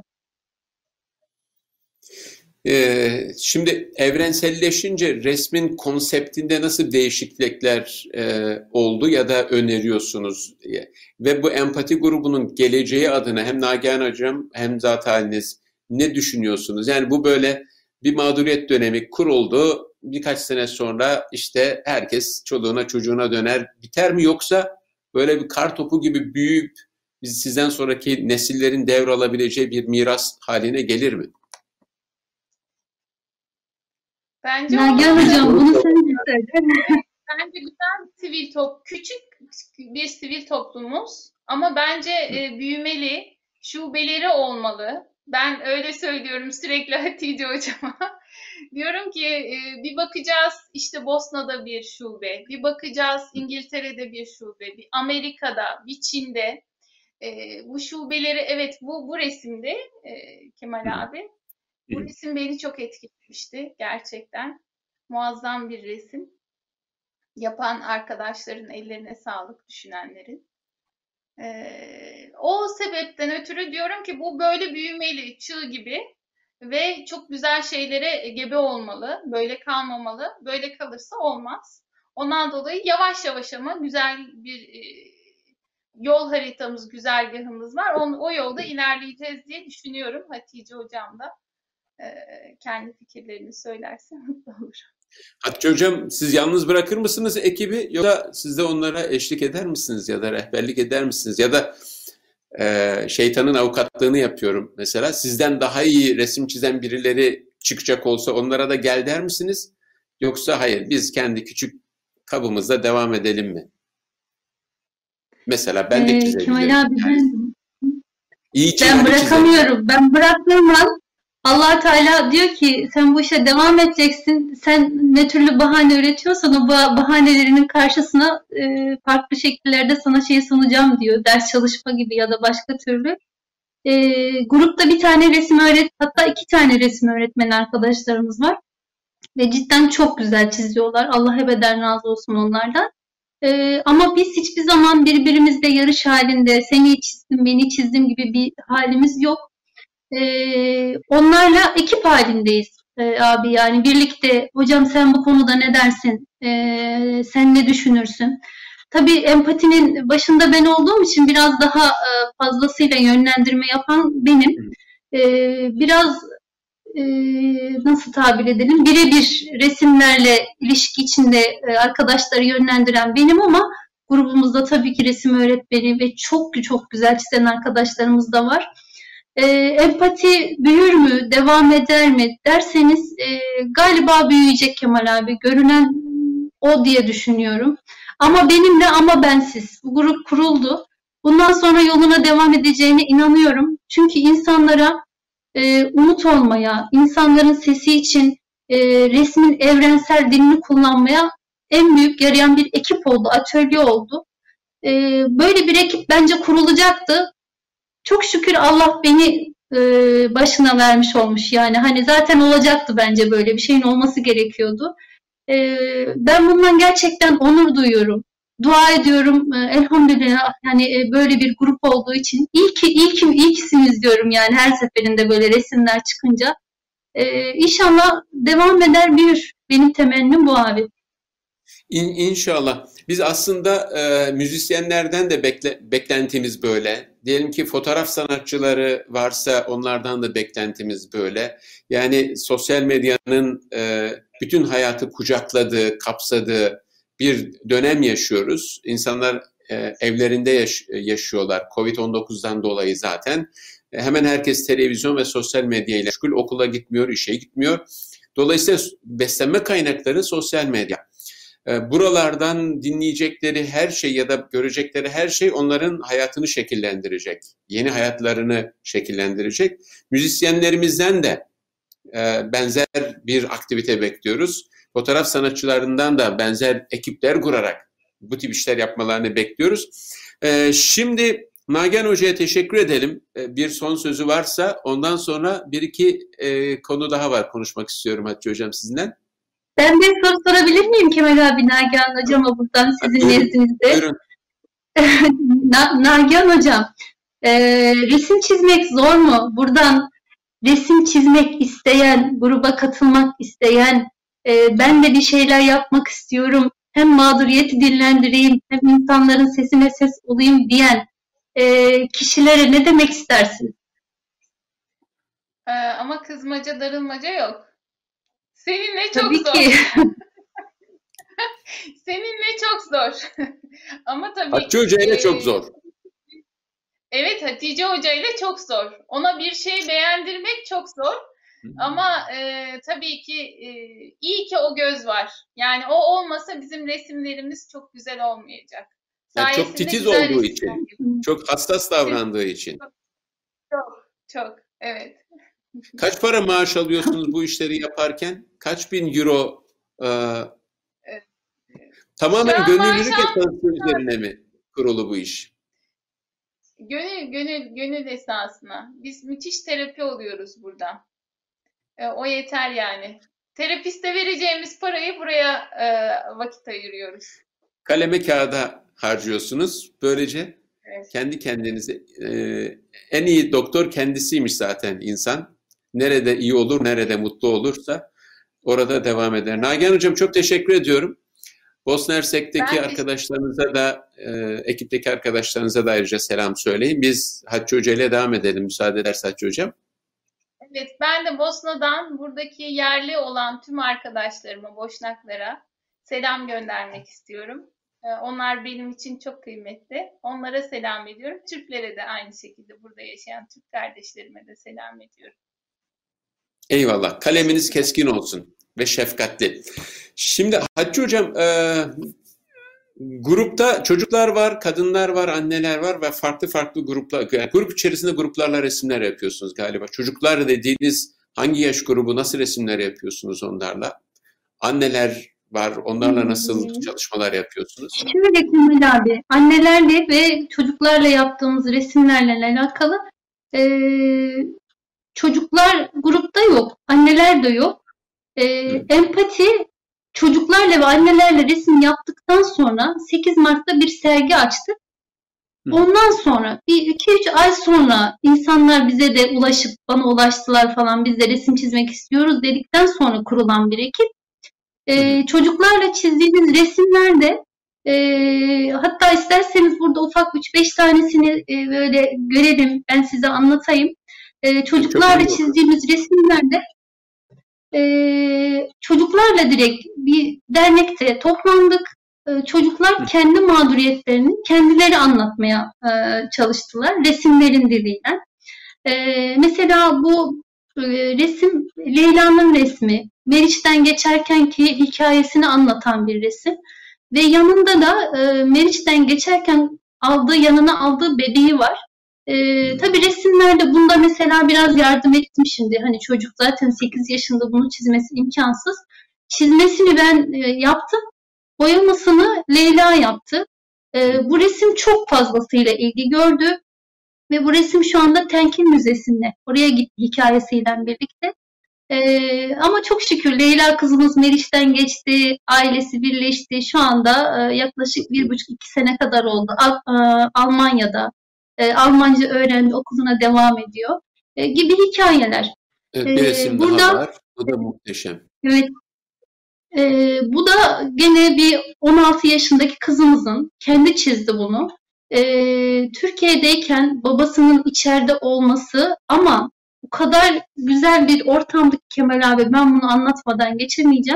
Şimdi evrenselleşince resmin konseptinde nasıl değişiklikler oldu ya da öneriyorsunuz? Ve bu empati grubunun geleceği adına hem Nagihan Hocam hem zat haliniz ne düşünüyorsunuz? Yani bu böyle bir mağduriyet dönemi kuruldu. Birkaç sene sonra işte herkes çoluğuna çocuğuna döner biter mi? Yoksa böyle bir kar topu gibi büyüyüp sizden sonraki nesillerin devralabileceği bir miras haline gelir mi? Bence Nagihan Hocam bunu sen de söyle. bence güzel küçük bir sivil toplumuz ama bence büyümeli, şubeleri olmalı. Ben öyle söylüyorum sürekli Hatice hocama. Diyorum ki bir bakacağız işte Bosna'da bir şube, bir bakacağız İngiltere'de bir şube, bir Amerika'da, bir Çin'de. Bu şubeleri evet bu resimde Kemal abi. Bu resim beni çok etkilemişti gerçekten. Muazzam bir resim. Yapan arkadaşların ellerine sağlık, düşünenlerin. O sebepten ötürü diyorum ki bu böyle büyümeli, çığ gibi ve çok güzel şeylere gebe olmalı. Böyle kalmamalı. Böyle kalırsa olmaz. Ondan dolayı yavaş yavaş ama güzel bir yol haritamız, güzergahımız var. O yolda ilerleyeceğiz diye düşünüyorum. Hatice Hocam da kendi fikirlerini söylerse mutlu olur. Hatice Hocam, siz yalnız bırakır mısınız ekibi, yoksa siz de onlara eşlik eder misiniz ya da rehberlik eder misiniz? Ya da şeytanın avukatlığını yapıyorum mesela. Sizden daha iyi resim çizen birileri çıkacak olsa onlara da gel der misiniz? Yoksa hayır, biz kendi küçük kabımızda devam edelim mi? Mesela ben de çizebilirim. Kemal abi İyi ben bırakamıyorum. Ben bıraktığım an Allah Teala diyor ki sen bu işe devam edeceksin. Sen ne türlü bahane üretiyorsan o bahanelerinin karşısına farklı şekillerde sana şey sunacağım diyor. Ders çalışma gibi ya da başka türlü. Grupta bir tane hatta 2 tane resim öğretmeni arkadaşlarımız var. Ve cidden çok güzel çiziyorlar. Allah ebeden razı olsun onlardan. Ama biz hiçbir zaman birbirimizle yarış halinde seni çizdim, beni çizdim gibi bir halimiz yok. Onlarla ekip halindeyiz abi, yani birlikte hocam sen bu konuda ne dersin, sen ne düşünürsün? Tabii empatinin başında ben olduğum için biraz daha fazlasıyla yönlendirme yapan benim. Biraz nasıl tabir edelim, birebir resimlerle ilişki içinde arkadaşları yönlendiren benim, ama grubumuzda tabii ki resim öğretmeni ve çok çok güzel çizen arkadaşlarımız da var. Empati büyür mü, devam eder mi derseniz galiba büyüyecek Kemal abi. Görünen o diye düşünüyorum. Ama benimle ama bensiz. Bu grup kuruldu. Bundan sonra yoluna devam edeceğine inanıyorum. Çünkü insanlara umut olmaya, insanların sesi için resmin evrensel dilini kullanmaya en büyük yarayan bir ekip oldu, atölye oldu. Böyle bir ekip bence kurulacaktı. Çok şükür Allah beni başına vermiş olmuş, yani hani zaten olacaktı, bence böyle bir şeyin olması gerekiyordu. Ben bundan gerçekten onur duyuyorum. Dua ediyorum elhamdülillah, yani böyle bir grup olduğu için iyi kisiniz diyorum, yani her seferinde böyle resimler çıkınca. İnşallah devam eder, büyür. Benim temennim bu abi. İnşallah. Biz aslında müzisyenlerden de beklentimiz böyle. Diyelim ki fotoğraf sanatçıları varsa onlardan da beklentimiz böyle. Yani sosyal medyanın bütün hayatı kucakladığı, kapsadığı bir dönem yaşıyoruz. İnsanlar evlerinde yaşıyorlar. Covid-19'dan dolayı zaten. Hemen herkes televizyon ve sosyal medyayla meşgul. Okula gitmiyor, işe gitmiyor. Dolayısıyla beslenme kaynakları sosyal medya. Buralardan dinleyecekleri her şey ya da görecekleri her şey onların hayatını şekillendirecek. Yeni hayatlarını şekillendirecek. Müzisyenlerimizden de benzer bir aktivite bekliyoruz. Fotoğraf sanatçılarından da benzer ekipler kurarak bu tip işler yapmalarını bekliyoruz. Şimdi Nagihan Hoca'ya teşekkür edelim. Bir son sözü varsa, ondan sonra bir iki konu daha var, konuşmak istiyorum Hatice Hocam sizinle. Ben bir soru sorabilir miyim Kemal abi, Nagihan Hocam'a buradan sizin nezdinizde? Buyurun. Nagihan Hocam, resim çizmek zor mu? Buradan resim çizmek isteyen, gruba katılmak isteyen, ben de bir şeyler yapmak istiyorum, hem mağduriyeti dinlendireyim, hem insanların sesine ses olayım diyen kişilere ne demek istersiniz? Ama kızmaca, darılmaca yok. Seninle çok Tabii zor. ki. Seninle çok zor. Ama tabii Hatice Hoca ile çok zor. Evet, Hatice Hoca ile çok zor. Ona bir şey beğendirmek çok zor. Ama tabii ki iyi ki o göz var. Yani o olmasa bizim resimlerimiz çok güzel olmayacak. Yani çok titiz olduğu için, çok hassas davrandığı için. Çok, evet. Kaç para maaş alıyorsunuz bu işleri yaparken? Kaç bin euro? Tamamen gönüllülük esası üzerine mi kurulu bu iş? Gönül esasına. Biz müthiş terapi oluyoruz burada. O yeter yani. Terapiste vereceğimiz parayı buraya vakit ayırıyoruz. Kaleme kağıda harcıyorsunuz. Böylece Evet. kendi kendinize en iyi doktor kendisiymiş zaten insan. Nerede iyi olur, nerede mutlu olursa orada devam eder. Nagihan Hocam çok teşekkür ediyorum. Bosna Hersek'teki arkadaşlarınıza da, ekipteki arkadaşlarınıza da ayrıca selam söyleyin. Biz Hatice Hoca ile devam edelim. Müsaade ederse Hatice Hocam. Evet, ben de Bosna'dan buradaki yerli olan tüm arkadaşlarıma, Boşnaklara selam göndermek istiyorum. Onlar benim için çok kıymetli. Onlara selam ediyorum. Türklere de aynı şekilde burada yaşayan Türk kardeşlerime de selam ediyorum. Eyvallah. Kaleminiz keskin olsun ve şefkatli. Şimdi Hatice Hocam, grupta çocuklar var, kadınlar var, anneler var ve farklı farklı gruplar, yani grup içerisinde gruplarla resimler yapıyorsunuz galiba. Çocuklar dediğiniz hangi yaş grubu, nasıl resimler yapıyorsunuz onlarla? Anneler var, onlarla nasıl çalışmalar yapıyorsunuz? Şöyle Kemal abi, annelerle ve çocuklarla yaptığımız resimlerle alakalı çocuklar grupta yok, anneler de yok. Empati çocuklarla ve annelerle resim yaptıktan sonra 8 Mart'ta bir sergi açtık. Ondan sonra 2-3 ay sonra insanlar bize de ulaşıp bana ulaştılar falan, biz de resim çizmek istiyoruz dedikten sonra kurulan bir ekip. Çocuklarla çizdiğimiz resimlerde hatta isterseniz burada ufak 3-5 tanesini böyle görelim, ben size anlatayım. Çocuklarla çizdiğimiz resimlerde çocuklarla direkt bir dernekte toplandık. Çocuklar kendi mağduriyetlerini kendileri anlatmaya çalıştılar resimlerin diliyle. Mesela bu resim Leyla'nın resmi, Meriç'ten geçerkenki hikayesini anlatan bir resim ve yanında da Meriç'ten geçerken yanına aldığı bebeği var. Tabii resimlerde bunda mesela biraz yardım ettim şimdi. Hani çocuk zaten 8 yaşında, bunu çizmesi imkansız. Çizmesini ben yaptım. Boyamasını Leyla yaptı. Bu resim çok fazlasıyla ilgi gördü. Ve bu resim şu anda Tenkil Müzesi'nde. Oraya gitti hikayesiyle birlikte. Ama çok şükür Leyla kızımız Meriç'ten geçti. Ailesi birleşti. Şu anda yaklaşık 1,5-2 sene kadar oldu. Almanya'da. Almanca öğrendi, okuluna devam ediyor. Gibi hikayeler. Evet, bir resim burada, daha var. Bu da muhteşem. Evet. Bu da gene bir 16 yaşındaki kızımızın, kendi çizdi bunu. Türkiye'deyken babasının içeride olması ama o kadar güzel bir ortamdı ki Kemal abi, ben bunu anlatmadan geçemeyeceğim.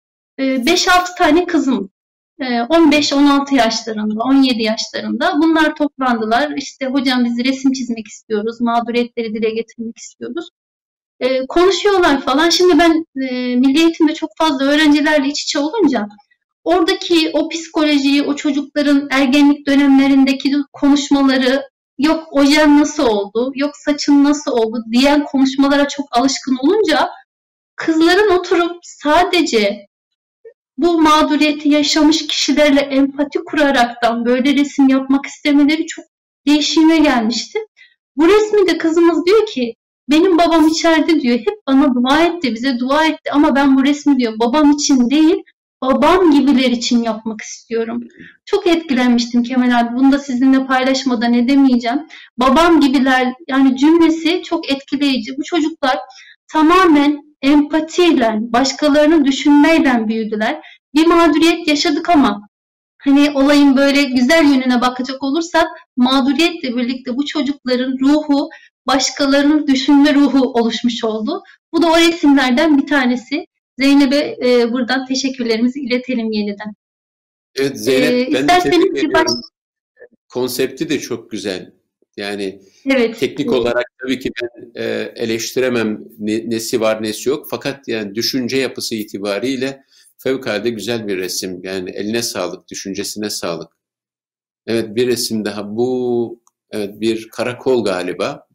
5-6 tane kızım, 15-16 yaşlarında, 17 yaşlarında bunlar toplandılar. İşte hocam biz resim çizmek istiyoruz, mağduriyetleri dile getirmek istiyoruz. Konuşuyorlar falan. Şimdi ben milli eğitimde çok fazla öğrencilerle iç içe olunca oradaki o psikolojiyi, o çocukların ergenlik dönemlerindeki konuşmaları, yok ojen nasıl oldu, yok saçın nasıl oldu diyen konuşmalara çok alışkın olunca kızların oturup sadece bu mağduriyeti yaşamış kişilerle empati kuraraktan böyle resim yapmak istemeleri çok değişime gelmişti. Bu resmi de kızımız diyor ki, benim babam içeride diyor, hep bana dua etti, bize dua etti ama ben bu resmi diyor babam için değil, babam gibiler için yapmak istiyorum. Çok etkilenmiştim Kemal abi. Bunu da sizinle paylaşmadan edemeyeceğim. Babam gibiler, yani cümlesi çok etkileyici. Bu çocuklar tamamen empatiyle, başkalarını düşünmeyle büyüdüler. Bir mağduriyet yaşadık ama hani olayın böyle güzel yönüne bakacak olursak, mağduriyetle birlikte bu çocukların ruhu, başkalarını düşünme ruhu oluşmuş oldu. Bu da o resimlerden bir tanesi. Zeynep'e buradan teşekkürlerimizi iletelim yeniden. Evet Zeynep, ben de tebrik ediyorum. Konsepti de çok güzel. Yani evet, teknik olarak tabii ki ben eleştiremem nesi var nesi yok. Fakat yani düşünce yapısı itibariyle fevkalade güzel bir resim. Yani eline sağlık, düşüncesine sağlık. Evet, bir resim daha. Bu evet, bir karakol galiba.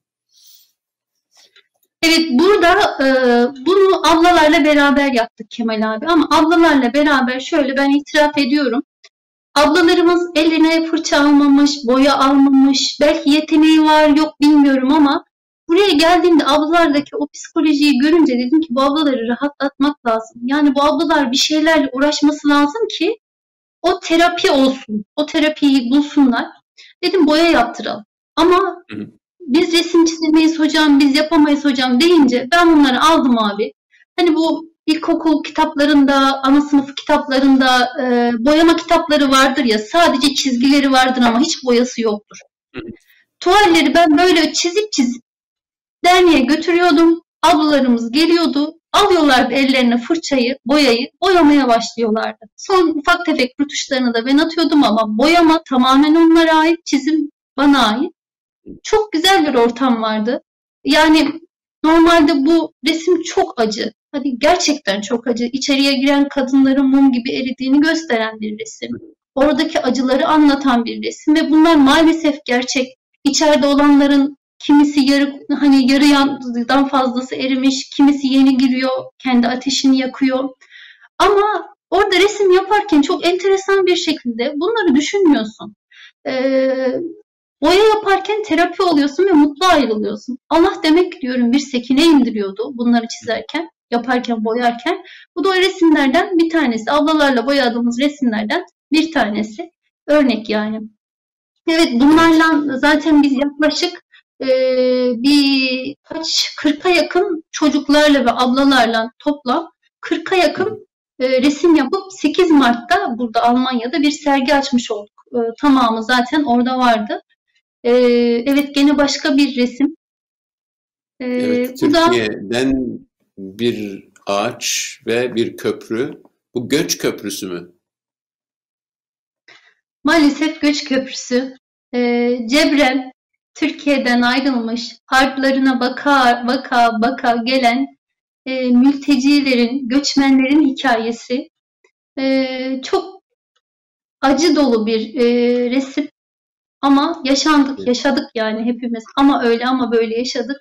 Evet, burada bunu ablalarla beraber yaptık Kemal abi, ama ablalarla beraber şöyle, ben itiraf ediyorum. Ablalarımız eline fırça almamış, boya almamış, belki yeteneği var yok bilmiyorum ama Buraya geldiğimde ablalardaki o psikolojiyi görünce dedim ki bu ablaları rahatlatmak lazım. Yani bu ablalar bir şeylerle uğraşması lazım ki o terapi olsun. O terapiyi bulsunlar. Dedim boya yaptıralım. Ama biz resim çizemeyiz hocam, biz yapamayız hocam deyince ben bunları aldım abi. Hani bu ilkokul kitaplarında, ana sınıfı kitaplarında boyama kitapları vardır ya, sadece çizgileri vardır ama hiç boyası yoktur. Tuvalleri ben böyle çizip derneğe götürüyordum. Ablalarımız geliyordu. Alıyorlardı ellerine fırçayı, boyayı, boyamaya başlıyorlardı. Son ufak tefek rötuşlarını da ben atıyordum ama boyama tamamen onlara ait, çizim bana ait. Çok güzel bir ortam vardı. Yani normalde bu resim çok acı. Hadi gerçekten çok acı. İçeriye giren kadınların mum gibi eridiğini gösteren bir resim. Oradaki acıları anlatan bir resim ve bunlar maalesef gerçek. İçeride olanların kimisi yarıdan fazlası erimiş, kimisi yeni giriyor, kendi ateşini yakıyor. Ama orada resim yaparken çok enteresan bir şekilde bunları düşünmüyorsun. Boya yaparken terapi oluyorsun ve mutlu ayrılıyorsun. Allah demek ki diyorum bir sekine indiriyordu bunları çizerken, yaparken, boyarken. Bu da o resimlerden bir tanesi. Ablalarla boyadığımız resimlerden bir tanesi. Örnek yani. Evet, bunlarla zaten biz yaklaşık bir 40'a yakın çocuklarla ve ablalarla toplam 40'a yakın resim yapıp 8 Mart'ta burada Almanya'da bir sergi açmış olduk. Tamamı zaten orada vardı. Evet, gene başka bir resim. Evet, Türkiye'den bir ağaç ve bir köprü. Bu göç köprüsü mü? Maalesef göç köprüsü. Cebren Türkiye'den ayrılmış, harplarına baka gelen mültecilerin, göçmenlerin hikayesi. Çok acı dolu bir resim. Ama yaşadık yani hepimiz. Ama öyle ama böyle yaşadık.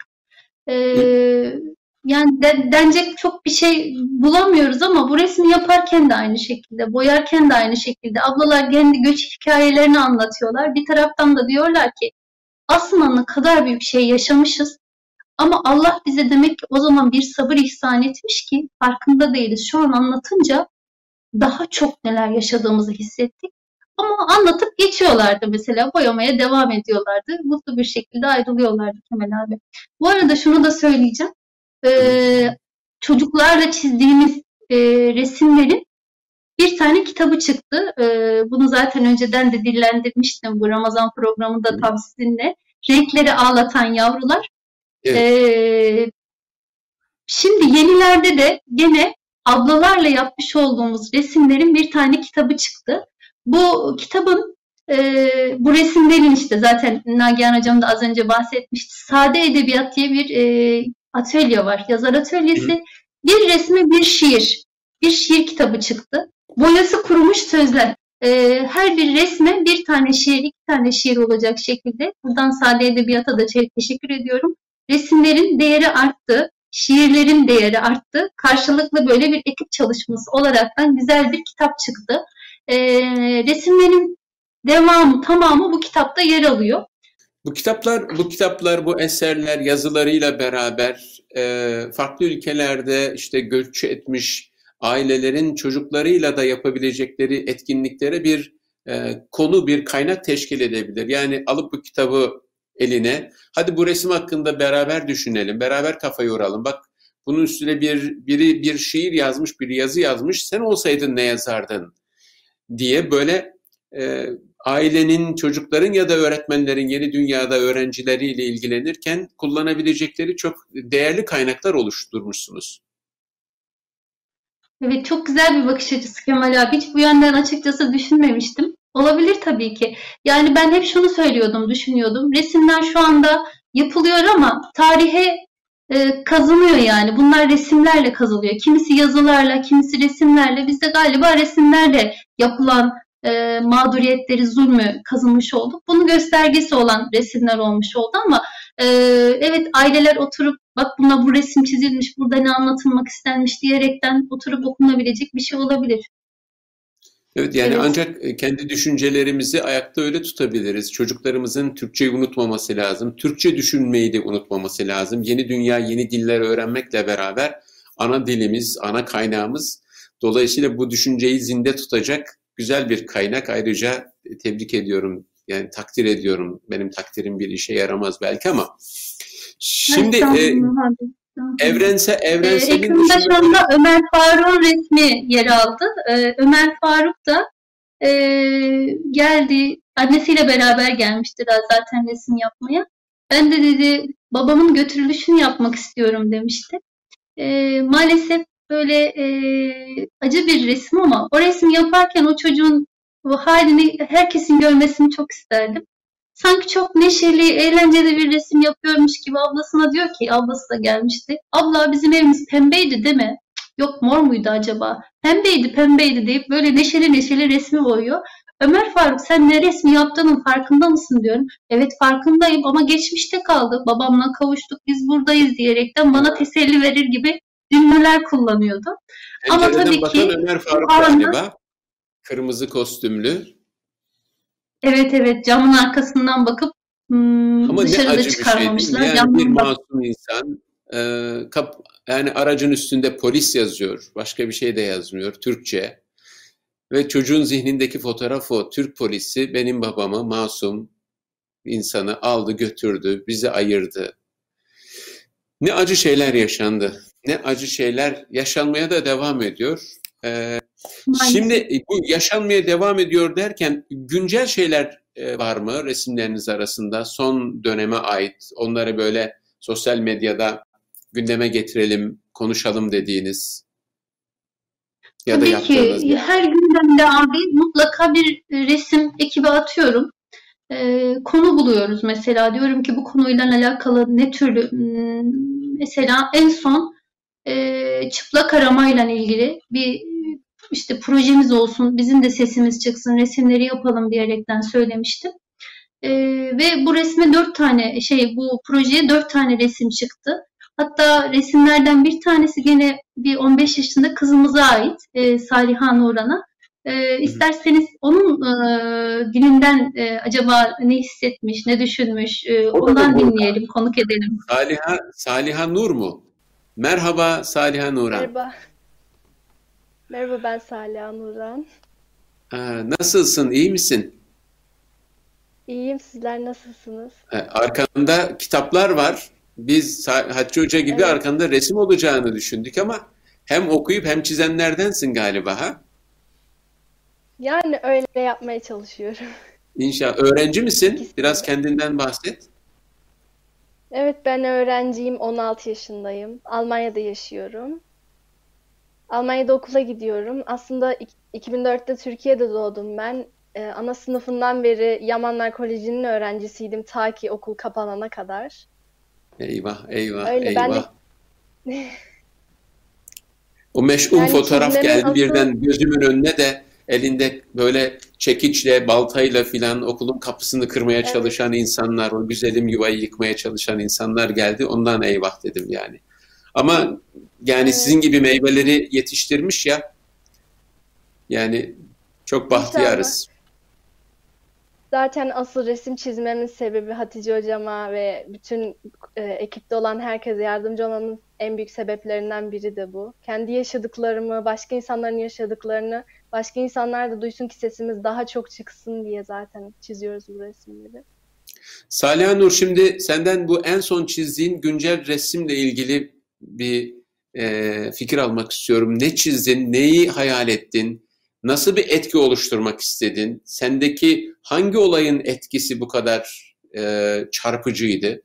Yani denecek çok bir şey bulamıyoruz ama bu resmi yaparken de aynı şekilde, boyarken de aynı şekilde. Ablalar kendi göç hikayelerini anlatıyorlar. Bir taraftan da diyorlar ki aslında ne kadar büyük şey yaşamışız. Ama Allah bize demek ki o zaman bir sabır ihsan etmiş ki farkında değiliz. Şu an anlatınca daha çok neler yaşadığımızı hissettik. Ama anlatıp geçiyorlardı mesela. Boyamaya devam ediyorlardı. Mutlu bir şekilde ayrılıyorlardı Kemal abi. Bu arada şunu da söyleyeceğim. Çocuklarla çizdiğimiz resimlerin bir tane kitabı çıktı. Bunu zaten önceden de dillendirmiştim bu Ramazan programında tam sizinle. Renkleri Ağlatan Yavrular. Evet. Şimdi yenilerde de gene ablalarla yapmış olduğumuz resimlerin bir tane kitabı çıktı. Bu kitabın bu resimlerin işte zaten Nagihan Hocam da az önce bahsetmişti. Sade Edebiyat diye bir atölye var. Yazar atölyesi. Bir resme bir şiir. Bir şiir kitabı çıktı. Boyası kurumuş sözler. Her bir resme bir tane şiir, 2 tane şiir olacak şekilde. Buradan Sade Edebiyat'a da teşekkür ediyorum. Resimlerin değeri arttı. Şiirlerin değeri arttı. Karşılıklı böyle bir ekip çalışması olaraktan güzel bir kitap çıktı. Resimlerin tamamı bu kitapta yer alıyor. Bu kitaplar, bu eserler yazılarıyla beraber farklı ülkelerde işte göç etmiş ailelerin çocuklarıyla da yapabilecekleri etkinliklere bir konu, bir kaynak teşkil edebilir. Yani alıp bu kitabı eline, hadi bu resim hakkında beraber düşünelim, beraber kafa yoralım. Bak bunun üstüne biri bir şiir yazmış, bir yazı yazmış, sen olsaydın ne yazardın diye böyle ailenin, çocukların ya da öğretmenlerin yeni dünyada öğrencileriyle ilgilenirken kullanabilecekleri çok değerli kaynaklar oluşturmuşsunuz. Evet, çok güzel bir bakış açısı Kemal abi. Hiç bu yönden açıkçası düşünmemiştim. Olabilir tabii ki. Yani ben hep şunu düşünüyordum. Resimler şu anda yapılıyor ama tarihe kazanıyor yani. Bunlar resimlerle kazılıyor. Kimisi yazılarla, kimisi resimlerle. Bizde galiba resimlerle yapılan mağduriyetleri, zulmü kazanmış olduk. Bunun göstergesi olan resimler olmuş oldu ama evet, aileler oturup bak buna bu resim çizilmiş, burada ne anlatılmak istenmiş diyerekten oturup okunabilecek bir şey olabilir. Evet, yani Evet, ancak kendi düşüncelerimizi ayakta öyle tutabiliriz. Çocuklarımızın Türkçeyi unutmaması lazım. Türkçe düşünmeyi de unutmaması lazım. Yeni dünya, yeni diller öğrenmekle beraber ana dilimiz, ana kaynağımız. Dolayısıyla bu düşünceyi zinde tutacak güzel bir kaynak. Ayrıca tebrik ediyorum, yani takdir ediyorum. Benim takdirim bir işe yaramaz belki ama. Şimdi estağfurullah abi. Estağfurullah. evrenselin Ekranımda dışında şu anda Ömer Faruk'un resmi yer aldı. Ömer Faruk da geldi. Annesiyle beraber gelmişti daha zaten resim yapmaya. Ben de dedi babamın götürülüşünü yapmak istiyorum demişti. Maalesef böyle acı bir resim ama o resmi yaparken o çocuğun o halini herkesin görmesini çok isterdim. Sanki çok neşeli, eğlenceli bir resim yapıyormuş gibi ablasına diyor ki, ablası da gelmişti. Abla bizim evimiz pembeydi değil mi? Yok mor muydu acaba? Pembeydi, pembeydi deyip böyle neşeli neşeli resmi boyuyor. Ömer Faruk sen ne resmi yaptığının farkında mısın diyorum. Evet farkındayım ama geçmişte kaldı. Babamla kavuştuk biz buradayız diyerekten bana teselli verir gibi cümleler kullanıyordu. Ama pencereden tabii bakan ki Ömer bu Faruk anı galiba. Kırmızı kostümlü. evet evet camın arkasından bakıp Ama ne dışarıda acı bir şey değil mi? çıkarmamışlar. Yani bir Camdan bak. masum insan yani aracın üstünde polis yazıyor. Başka bir şey de yazmıyor. Türkçe. Ve çocuğun zihnindeki fotoğraf o. Türk polisi benim babamı, masum insanı aldı götürdü. Bizi ayırdı. Ne acı şeyler yaşandı. Ne acı şeyler yaşanmaya da devam ediyor. Maalesef. Şimdi bu yaşanmaya devam ediyor derken güncel şeyler var mı resimleriniz arasında? Son döneme ait onları böyle sosyal medyada gündeme getirelim, konuşalım dediğiniz ya da Tabii yaptığınız ki bir. her günden de abi mutlaka bir resim ekibe atıyorum. Konu buluyoruz mesela. Diyorum ki bu konuyla alakalı ne türlü mesela en son çıplak aramayla ilgili bir işte projemiz olsun, bizim de sesimiz çıksın, resimleri yapalım diyerekten söylemiştim. Ve bu resme 4 tane bu projeye 4 tane resim çıktı. Hatta resimlerden bir tanesi gene bir 15 yaşında kızımıza ait Saliha Nuran'a. İsterseniz onun dilinden acaba ne hissetmiş, ne düşünmüş O da mı ondan burada? dinleyelim, konuk edelim. Saliha Nur mu? Merhaba Saliha Nuran. Merhaba. Merhaba ben Salih Nuran. Nasılsın? İyi misin? İyiyim. Sizler nasılsınız? Arkanda kitaplar var. Biz Hatice Hoca gibi Evet. arkanda resim olacağını düşündük ama hem okuyup hem çizenlerdensin galiba ha? Yani öyle yapmaya çalışıyorum. İnşallah. Öğrenci misin? İkisini Biraz de. kendinden bahset. Evet ben öğrenciyim. 16 yaşındayım. Almanya'da yaşıyorum. Almanya'da okula gidiyorum. Aslında 2004'te Türkiye'de doğdum ben. Ana sınıfından beri Yamanlar Koleji'nin öğrencisiydim ta ki okul kapanana kadar. Eyvah, eyvah, Öyle ben de eyvah. O meşhum yani fotoğraf çizmemin geldi asıl birden gözümün önüne de elinde böyle çekiçle, baltayla filan okulun kapısını kırmaya evet, çalışan insanlar, o güzelim yuvayı yıkmaya çalışan insanlar geldi. Ondan eyvah dedim yani. Ama yani sizin evet. gibi meyveleri yetiştirmiş ya, yani çok İnşallah. bahtiyarız. Zaten asıl resim çizmemin sebebi Hatice hocama ve bütün ekipte olan herkese yardımcı olmanın en büyük sebeplerinden biri de bu. Kendi yaşadıklarımı, başka insanların yaşadıklarını, başka insanlar da duysun ki sesimiz daha çok çıksın diye zaten çiziyoruz bu resimleri. Saliha Nur, şimdi senden bu en son çizdiğin güncel resimle ilgili bir fikir almak istiyorum. Ne çizdin, neyi hayal ettin, nasıl bir etki oluşturmak istedin? Sendeki hangi olayın etkisi bu kadar çarpıcıydı?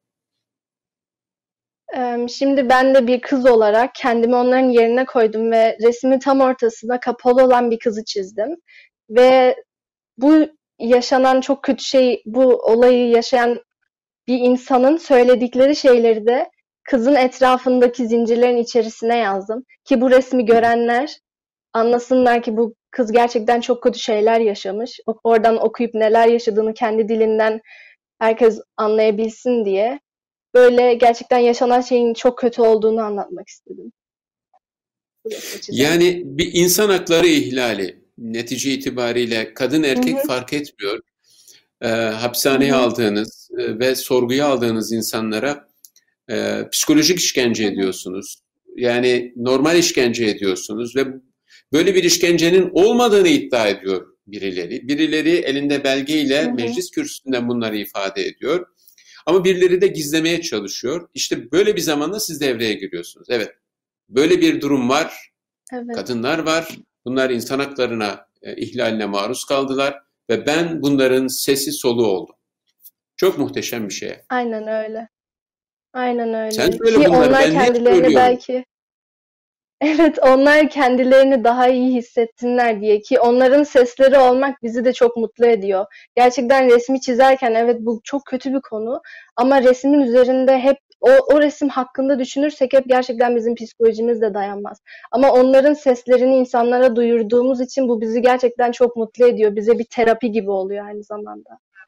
Şimdi ben de bir kız olarak kendimi onların yerine koydum ve resmin tam ortasında kapalı olan bir kızı çizdim. Ve bu yaşanan çok kötü şey, bu olayı yaşayan bir insanın söyledikleri şeyleri de kızın etrafındaki zincirlerin içerisine yazdım. Ki bu resmi görenler anlasınlar ki bu kız gerçekten çok kötü şeyler yaşamış. Oradan okuyup neler yaşadığını kendi dilinden herkes anlayabilsin diye. Böyle gerçekten yaşanan şeyin çok kötü olduğunu anlatmak istedim bu resmi çizerek. Yani bir insan hakları ihlali. netice itibariyle kadın erkek hı. fark etmiyor. Hı Hapishaneye hı. aldığınız ve sorguya aldığınız insanlara psikolojik işkence Hı hı. ediyorsunuz. Yani normal işkence ediyorsunuz ve böyle bir işkencenin olmadığını iddia ediyor birileri. Birileri elinde belgeyle Hı hı. meclis kürsüsünden bunları ifade ediyor. Ama birileri de gizlemeye çalışıyor. İşte böyle bir zamanda siz devreye giriyorsunuz. Evet, böyle bir durum var. Evet. Kadınlar var. Bunlar insan haklarına ihlaline maruz kaldılar ve ben bunların sesi soluğu oldum. Çok muhteşem bir şey. Aynen öyle. Aynen Sen öyle. söyle Ki bunları, onlar ben niye kendilerini söylüyorum? belki evet, onlar kendilerini daha iyi hissetsinler diye, ki onların sesleri olmak bizi de çok mutlu ediyor. Gerçekten resmi çizerken evet bu çok kötü bir konu ama resmin üzerinde hep o resim hakkında düşünürsek hep gerçekten bizim psikolojimiz de dayanmaz. Ama onların seslerini insanlara duyurduğumuz için bu bizi gerçekten çok mutlu ediyor. Bize bir terapi gibi oluyor aynı zamanda.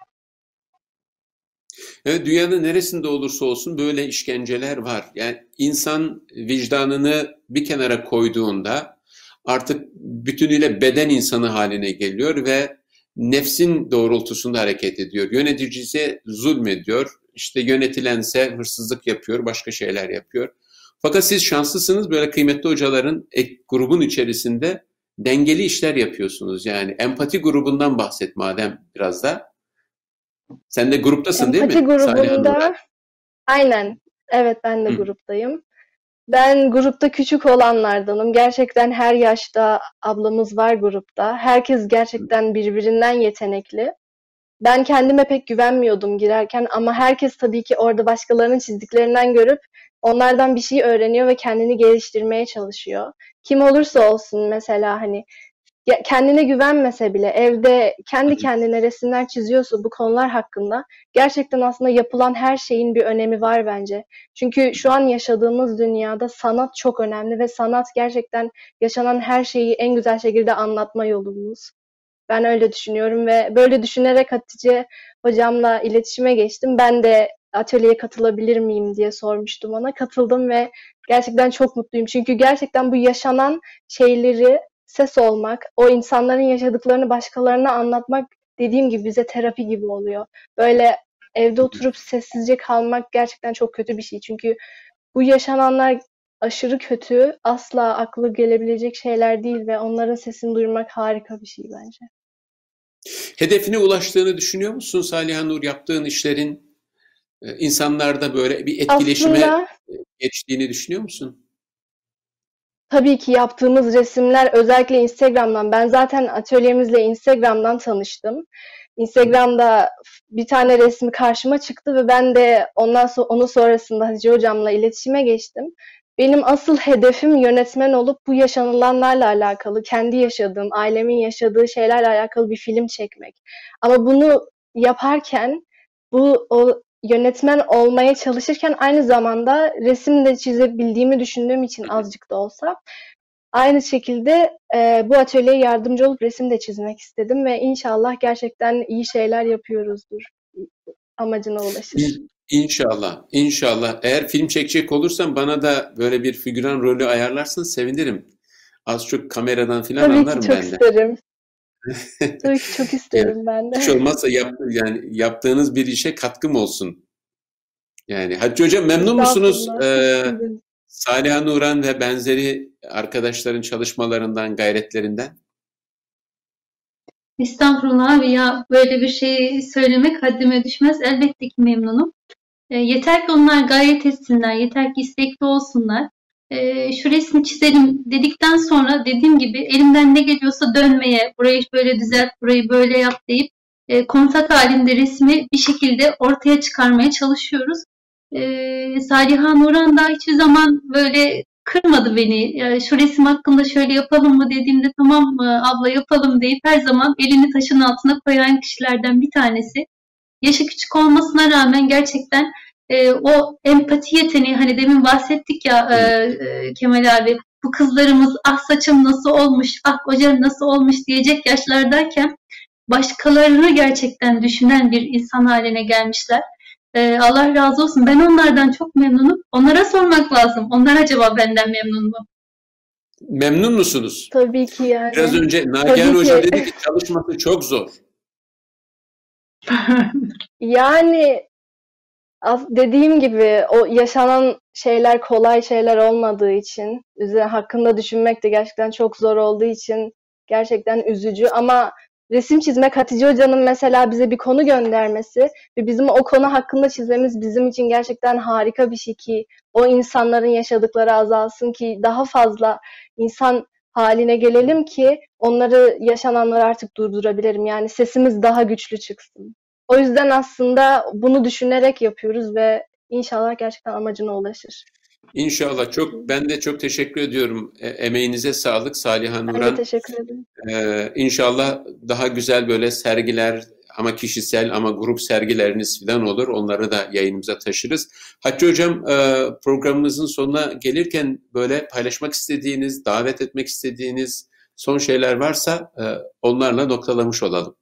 Evet, dünyanın neresinde olursa olsun böyle işkenceler var. Yani insan vicdanını bir kenara koyduğunda artık bütünüyle beden insanı haline geliyor ve nefsin doğrultusunda hareket ediyor. Yöneticisi zulmediyor, işte yönetilense hırsızlık yapıyor, başka şeyler yapıyor. Fakat siz şanslısınız, böyle kıymetli hocaların grubun içerisinde dengeli işler yapıyorsunuz. Yani empati grubundan bahset madem biraz da. Sen de gruptasın değil Empati mi Saliha Nurhan? grubunda aynen, evet ben de Hı. gruptayım. Ben grupta küçük olanlardanım. Gerçekten her yaşta ablamız var grupta. Herkes gerçekten birbirinden yetenekli. Ben kendime pek güvenmiyordum girerken ama herkes tabii ki orada başkalarının çizdiklerinden görüp onlardan bir şey öğreniyor ve kendini geliştirmeye çalışıyor. Kim olursa olsun mesela hani kendine güvenmese bile evde kendi kendine resimler çiziyorsa bu konular hakkında gerçekten aslında yapılan her şeyin bir önemi var bence. Çünkü şu an yaşadığımız dünyada sanat çok önemli ve sanat gerçekten yaşanan her şeyi en güzel şekilde anlatma yolumuz. Ben öyle düşünüyorum ve böyle düşünerek Hatice hocamla iletişime geçtim. Ben de atölyeye katılabilir miyim diye sormuştum ona. Katıldım ve gerçekten çok mutluyum. Çünkü gerçekten bu yaşanan şeyleri ses olmak, o insanların yaşadıklarını başkalarına anlatmak dediğim gibi bize terapi gibi oluyor. Böyle evde oturup sessizce kalmak gerçekten çok kötü bir şey. Çünkü bu yaşananlar aşırı kötü, asla aklı gelebilecek şeyler değil ve onların sesini duymak harika bir şey bence. Hedefine ulaştığını düşünüyor musun Saliha Nur? Yaptığın işlerin insanlarda böyle bir etkileşime Aslında geçtiğini düşünüyor musun? tabii ki yaptığımız resimler özellikle Instagram'dan. Ben zaten atölyemizle Instagram'dan tanıştım. Instagram'da bir tane resmi karşıma çıktı ve ben de onun sonrasında Hatice hocamla iletişime geçtim. Benim asıl hedefim yönetmen olup bu yaşanılanlarla alakalı, kendi yaşadığım, ailemin yaşadığı şeylerle alakalı bir film çekmek. Ama bunu yaparken o yönetmen olmaya çalışırken aynı zamanda resim de çizebildiğimi düşündüğüm için azıcık da olsa aynı şekilde bu atölyeye yardımcı olup resim de çizmek istedim ve inşallah gerçekten iyi şeyler yapıyoruzdur. Amacına ulaşır. İnşallah, inşallah. Eğer film çekecek olursan bana da böyle bir figüran rolü ayarlarsan sevinirim. Az çok kameradan filan Tabii ki anlarım çok ben de. isterim. Tabii ki çok Yani isterim ben de. hiç olmazsa yani yaptığınız bir işe katkım olsun. Yani Hatice Hocam memnun musunuz Estağfurullah. Saliha Nurhan ve benzeri arkadaşların çalışmalarından, gayretlerinden? Estağfurullah abi ya, böyle bir şey söylemek haddime düşmez. Elbette ki memnunum. Yeter ki onlar gayret etsinler, yeter ki istekli olsunlar. Şu resmi çizelim dedikten sonra dediğim gibi elimden ne geliyorsa dönmeye, burayı böyle düzelt, burayı böyle yap deyip kontak halinde resmi bir şekilde ortaya çıkarmaya çalışıyoruz. Saliha Nurhan da hiçbir zaman böyle kırmadı beni. Şu resim hakkında şöyle yapalım mı dediğimde tamam abla yapalım deyip her zaman elini taşın altına koyan kişilerden bir tanesi. Yaşı küçük olmasına rağmen gerçekten o empati yeteneği, hani demin bahsettik ya Kemal abi, bu kızlarımız ah saçım nasıl olmuş, ah hocam nasıl olmuş diyecek yaşlardayken başkalarını gerçekten düşünen bir insan haline gelmişler. Allah razı olsun. Ben onlardan çok memnunum. Onlara sormak lazım. Onlar acaba benden memnun mu? Memnun musunuz? Tabii ki yani. Biraz önce Nagihan Hoca dedi ki çalışması çok zor. Yani dediğim gibi o yaşanan şeyler kolay şeyler olmadığı için, hakkında düşünmek de gerçekten çok zor olduğu için gerçekten üzücü. Ama resim çizmek, Hatice Hoca'nın mesela bize bir konu göndermesi ve bizim o konu hakkında çizmemiz bizim için gerçekten harika bir şey ki o insanların yaşadıkları azalsın ki daha fazla insan haline gelelim ki onları, yaşananları artık durdurabilirim. Yani sesimiz daha güçlü çıksın. O yüzden aslında bunu düşünerek yapıyoruz ve inşallah gerçekten amacına ulaşır. İnşallah. Ben de çok teşekkür ediyorum. Emeğinize sağlık Saliha Nuran. Ben de teşekkür ederim. İnşallah daha güzel böyle sergiler, ama kişisel ama grup sergileriniz falan olur. Onları da yayınımıza taşırız. Hatice Hocam, programımızın sonuna gelirken böyle paylaşmak istediğiniz, davet etmek istediğiniz son şeyler varsa onlarla noktalamış olalım.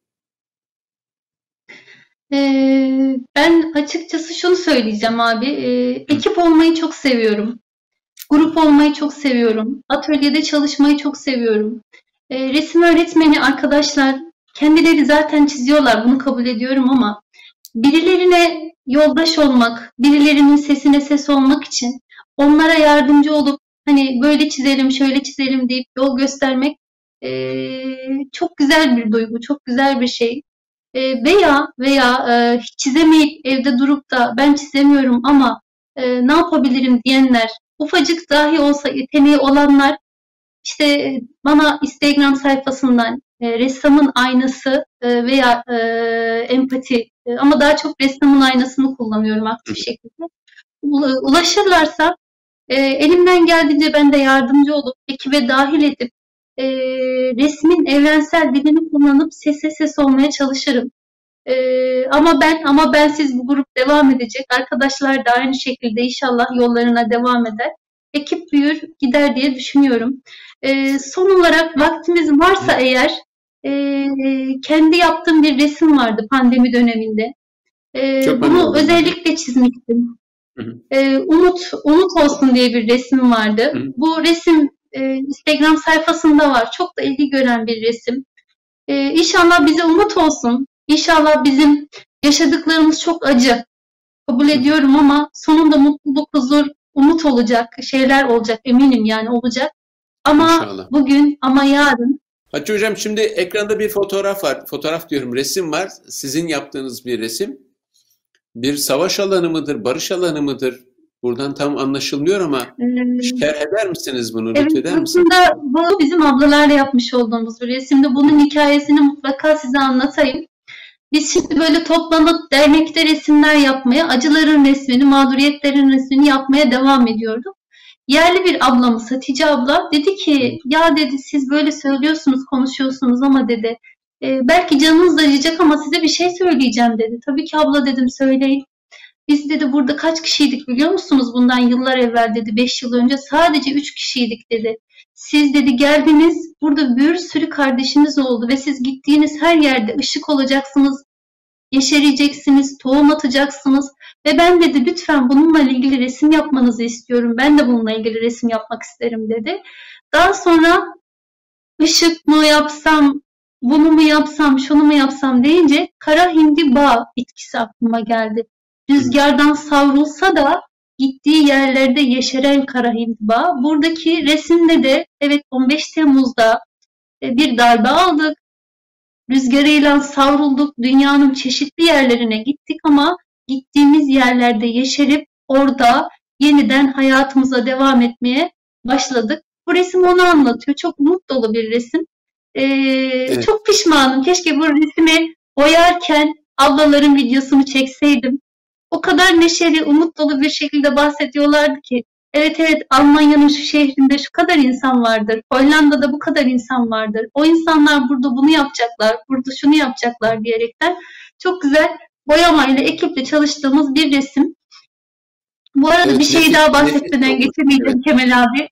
Ben açıkçası şunu söyleyeceğim abi. Ekip olmayı çok seviyorum. Grup olmayı çok seviyorum. Atölyede çalışmayı çok seviyorum. Resim öğretmeni arkadaşlar kendileri zaten çiziyorlar. Bunu kabul ediyorum ama birilerine yoldaş olmak, birilerinin sesine ses olmak için onlara yardımcı olup hani böyle çizelim, şöyle çizelim deyip yol göstermek çok güzel bir duygu, çok güzel bir şey. Veya hiç çizemeyip evde durup da ben çizemiyorum ama ne yapabilirim diyenler, ufacık dahi olsa yeteneği olanlar işte bana Instagram sayfasından ressamın aynası veya empati ama daha çok ressamın aynasını kullanıyorum aktif şekilde. Ulaşırlarsa elimden geldiğince ben de yardımcı olup ekibe dahil edip resmin evrensel dilini kullanıp sese ses olmaya çalışırım. Ama bensiz bu grup devam edecek. Arkadaşlar da aynı şekilde inşallah yollarına devam eder. Ekip büyür gider diye düşünüyorum. Son olarak vaktimiz varsa eğer kendi yaptığım bir resim vardı pandemi döneminde. Bunu özellikle çizmiştim. Umut olsun diye bir resim vardı. Bu resim Instagram sayfasında var. Çok da ilgi gören bir resim. İnşallah bize umut olsun. İnşallah bizim yaşadıklarımız çok acı. Kabul ediyorum ama sonunda mutluluk, huzur, umut olacak. Şeyler olacak eminim yani olacak. Ama İnşallah. Bugün ama yarın. Hatice Hocam şimdi ekranda bir fotoğraf var. Fotoğraf diyorum, resim var. Sizin yaptığınız bir resim. Bir savaş alanı mıdır, barış alanı mıdır? Buradan tam anlaşılmıyor ama şerh eder misiniz bunu? Evet, lütfeder misiniz? Aslında bu bizim ablalarla yapmış olduğumuz bir resimde. Bunun hikayesini mutlaka size anlatayım. Biz şimdi böyle toplanıp dernekte resimler yapmaya, acıların resmini, mağduriyetlerin resmini yapmaya devam ediyorduk. Yerli bir ablamız, Hatice abla dedi ki, ya dedi siz böyle söylüyorsunuz, konuşuyorsunuz ama dedi, belki canınız acıyacak ama size bir şey söyleyeceğim dedi. Tabii ki abla dedim, söyleyin. Biz dedi burada kaç kişiydik biliyor musunuz? Bundan yıllar evvel dedi, 5 yıl önce sadece 3 kişiydik dedi. Siz dedi geldiniz, burada bir sürü kardeşiniz oldu ve siz gittiğiniz her yerde ışık olacaksınız, yeşereceksiniz, tohum atacaksınız ve ben dedi lütfen bununla ilgili resim yapmanızı istiyorum. Ben de bununla ilgili resim yapmak isterim dedi. Daha sonra ışık mı yapsam, bunu mu yapsam, şunu mu yapsam deyince kara hindiba bitkisi aklıma geldi. Rüzgardan savrulsa da gittiği yerlerde yeşeren kara hindiba. Buradaki resimde de evet 15 Temmuz'da bir darbe aldık. Rüzgarıyla savrulduk. Dünyanın çeşitli yerlerine gittik ama gittiğimiz yerlerde yeşerip orada yeniden hayatımıza devam etmeye başladık. Bu resim onu anlatıyor. Çok umut dolu bir resim. Evet. Çok pişmanım. Keşke bu resmi boyarken ablaların videosunu çekseydim. O kadar neşeli, umut dolu bir şekilde bahsediyorlardı ki evet Almanya'nın şu şehrinde şu kadar insan vardır. Hollanda'da bu kadar insan vardır. O insanlar burada bunu yapacaklar, burada şunu yapacaklar diyerekten çok güzel boyamayla, ekiple çalıştığımız bir resim. Bu arada bir şey daha bahsetmeden geçemeyeceğim Kemal abi.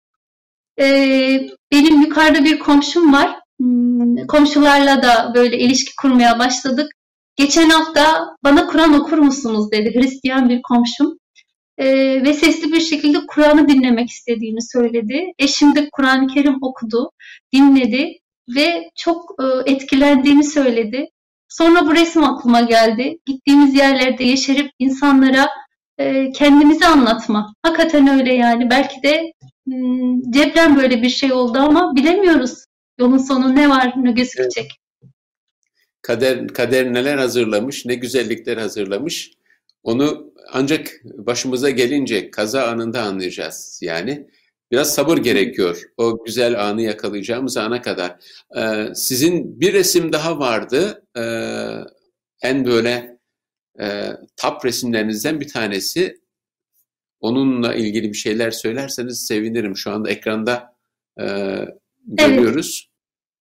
Benim yukarıda bir komşum var. Komşularla da böyle ilişki kurmaya başladık. Geçen hafta bana Kur'an okur musunuz dedi Hristiyan bir komşum. ve sesli bir şekilde Kur'an'ı dinlemek istediğini söyledi. Eşim de Kur'an-ı Kerim okudu, dinledi ve çok etkilendiğini söyledi. Sonra bu resim aklıma geldi. Gittiğimiz yerlerde yeşerip insanlara kendimizi anlatma. Hakikaten öyle yani. Belki de cepten böyle bir şey oldu ama bilemiyoruz. Yolun sonu ne var, ne gözükecek. Kader neler hazırlamış, ne güzellikler hazırlamış. Onu ancak başımıza gelince, kaza anında anlayacağız. Yani biraz sabır gerekiyor. O güzel anı yakalayacağımız ana kadar. Sizin bir resim daha vardı. En böyle top resimlerinizden bir tanesi. Onunla ilgili bir şeyler söylerseniz sevinirim. Şu anda ekranda görüyoruz.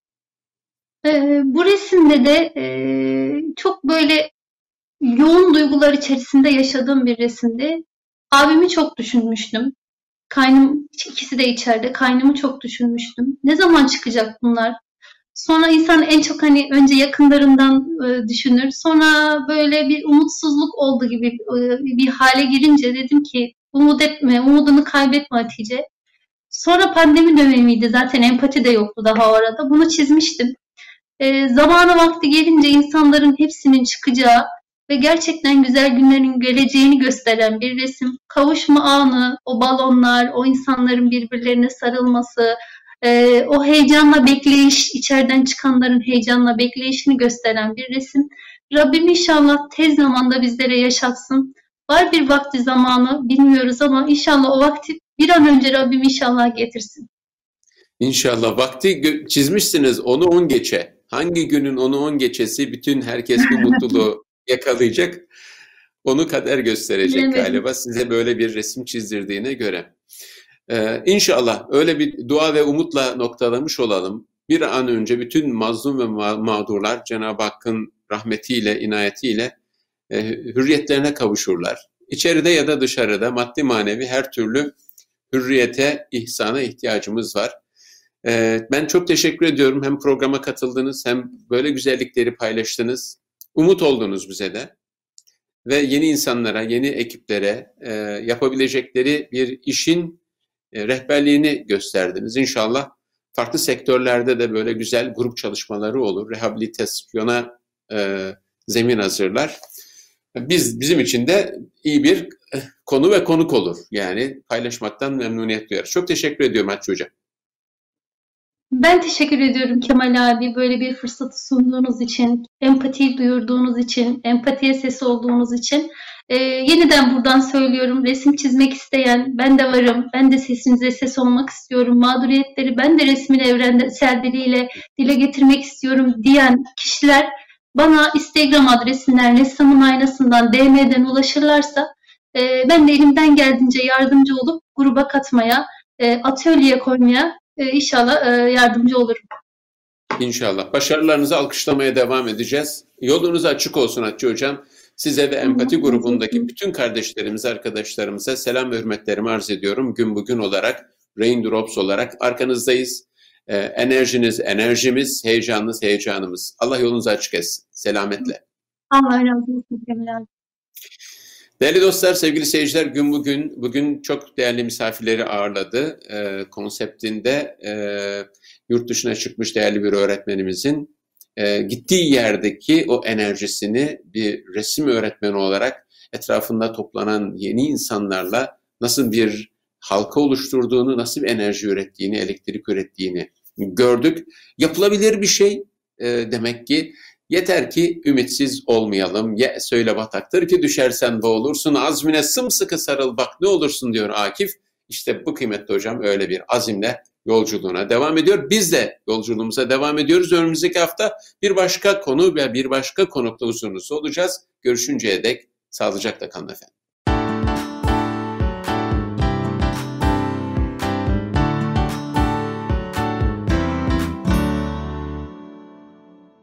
Bu resimde de çok böyle yoğun duygular içerisinde yaşadığım bir resimdi. Abimi çok düşünmüştüm. İkisi de içeride. Kaynımı çok düşünmüştüm. Ne zaman çıkacak bunlar? Sonra insan en çok hani önce yakınlarından düşünür. Sonra böyle bir umutsuzluk oldu gibi bir hale girince dedim ki umut etme, umudunu kaybetme Hatice. Sonra pandemi dönemiydi. Zaten empati de yoktu daha o arada. Bunu çizmiştim. Zamanı vakti gelince insanların hepsinin çıkacağı ve gerçekten güzel günlerin geleceğini gösteren bir resim. Kavuşma anı, o balonlar, o insanların birbirlerine sarılması, o heyecanla bekleyiş, içeriden çıkanların heyecanla bekleyişini gösteren bir resim. Rabbim inşallah tez zamanda bizlere yaşatsın. Var bir vakti zamanı bilmiyoruz ama inşallah o vakti bir an önce Rabbim inşallah getirsin. İnşallah. Vakti çizmişsiniz, onu 10 geçe. Hangi günün onu 10 geçesi bütün herkes bu mutluluğu yakalayacak. Onu kader gösterecek evet. Galiba size böyle bir resim çizdirdiğine göre. İnşallah öyle bir dua ve umutla noktalamış olalım. Bir an önce bütün mazlum ve mağdurlar Cenab-ı Hakk'ın rahmetiyle, inayetiyle hürriyetlerine kavuşurlar. İçeride ya da dışarıda maddi manevi her türlü hürriyete, ihsana ihtiyacımız var. Ben çok teşekkür ediyorum. Hem programa katıldınız hem böyle güzellikleri paylaştınız. Umut oldunuz bize de. Ve yeni insanlara, yeni ekiplere yapabilecekleri bir işin rehberliğini gösterdiniz. İnşallah farklı sektörlerde de böyle güzel grup çalışmaları olur. Rehabilitasyona zemin hazırlar. Bizim için de iyi bir konu ve konuk olur. Yani paylaşmaktan memnuniyet duyarız. Çok teşekkür ediyorum Hatice Hocam. Ben teşekkür ediyorum Kemal abi böyle bir fırsatı sunduğunuz için, empatiyi duyurduğunuz için, empatiye ses olduğunuz için. Yeniden buradan söylüyorum, resim çizmek isteyen ben de varım, ben de sesinize ses olmak istiyorum, mağduriyetleri ben de resmin evrensel diliyle dile getirmek istiyorum diyen kişiler bana Instagram adresimden, Ressamın Aynası'ndan, DM'den ulaşırlarsa ben de elimden geldiğince yardımcı olup gruba katmaya, atölyeye koymaya İnşallah yardımcı olurum. İnşallah. Başarılarınızı alkışlamaya devam edeceğiz. Yolunuz açık olsun Hatice Hocam. Size ve Empati grubundaki bütün kardeşlerimize, arkadaşlarımıza selam ve hürmetlerimi arz ediyorum. Gün bugün olarak, Raindrops olarak arkanızdayız. Enerjiniz enerjimiz, heyecanınız heyecanımız. Allah yolunuzu açık etsin. Selametle. Allah razı olsun Kemal abi. Değerli dostlar, sevgili seyirciler, gün bugün çok değerli misafirleri ağırladı. Konseptinde yurt dışına çıkmış değerli bir öğretmenimizin gittiği yerdeki o enerjisini bir resim öğretmeni olarak etrafında toplanan yeni insanlarla nasıl bir halka oluşturduğunu, nasıl bir enerji ürettiğini, elektrik ürettiğini gördük. Yapılabilir bir şey demek ki. Yeter ki ümitsiz olmayalım. Söyle bataktır ki düşersen boğulursun. Azmine sımsıkı sarıl bak ne olursun diyor Akif. İşte bu kıymetli hocam öyle bir azimle yolculuğuna devam ediyor. Biz de yolculuğumuza devam ediyoruz. Önümüzdeki hafta bir başka konu ve bir başka konukla huzurunuzda olacağız. Görüşünceye dek sağlıcakla kalın efendim.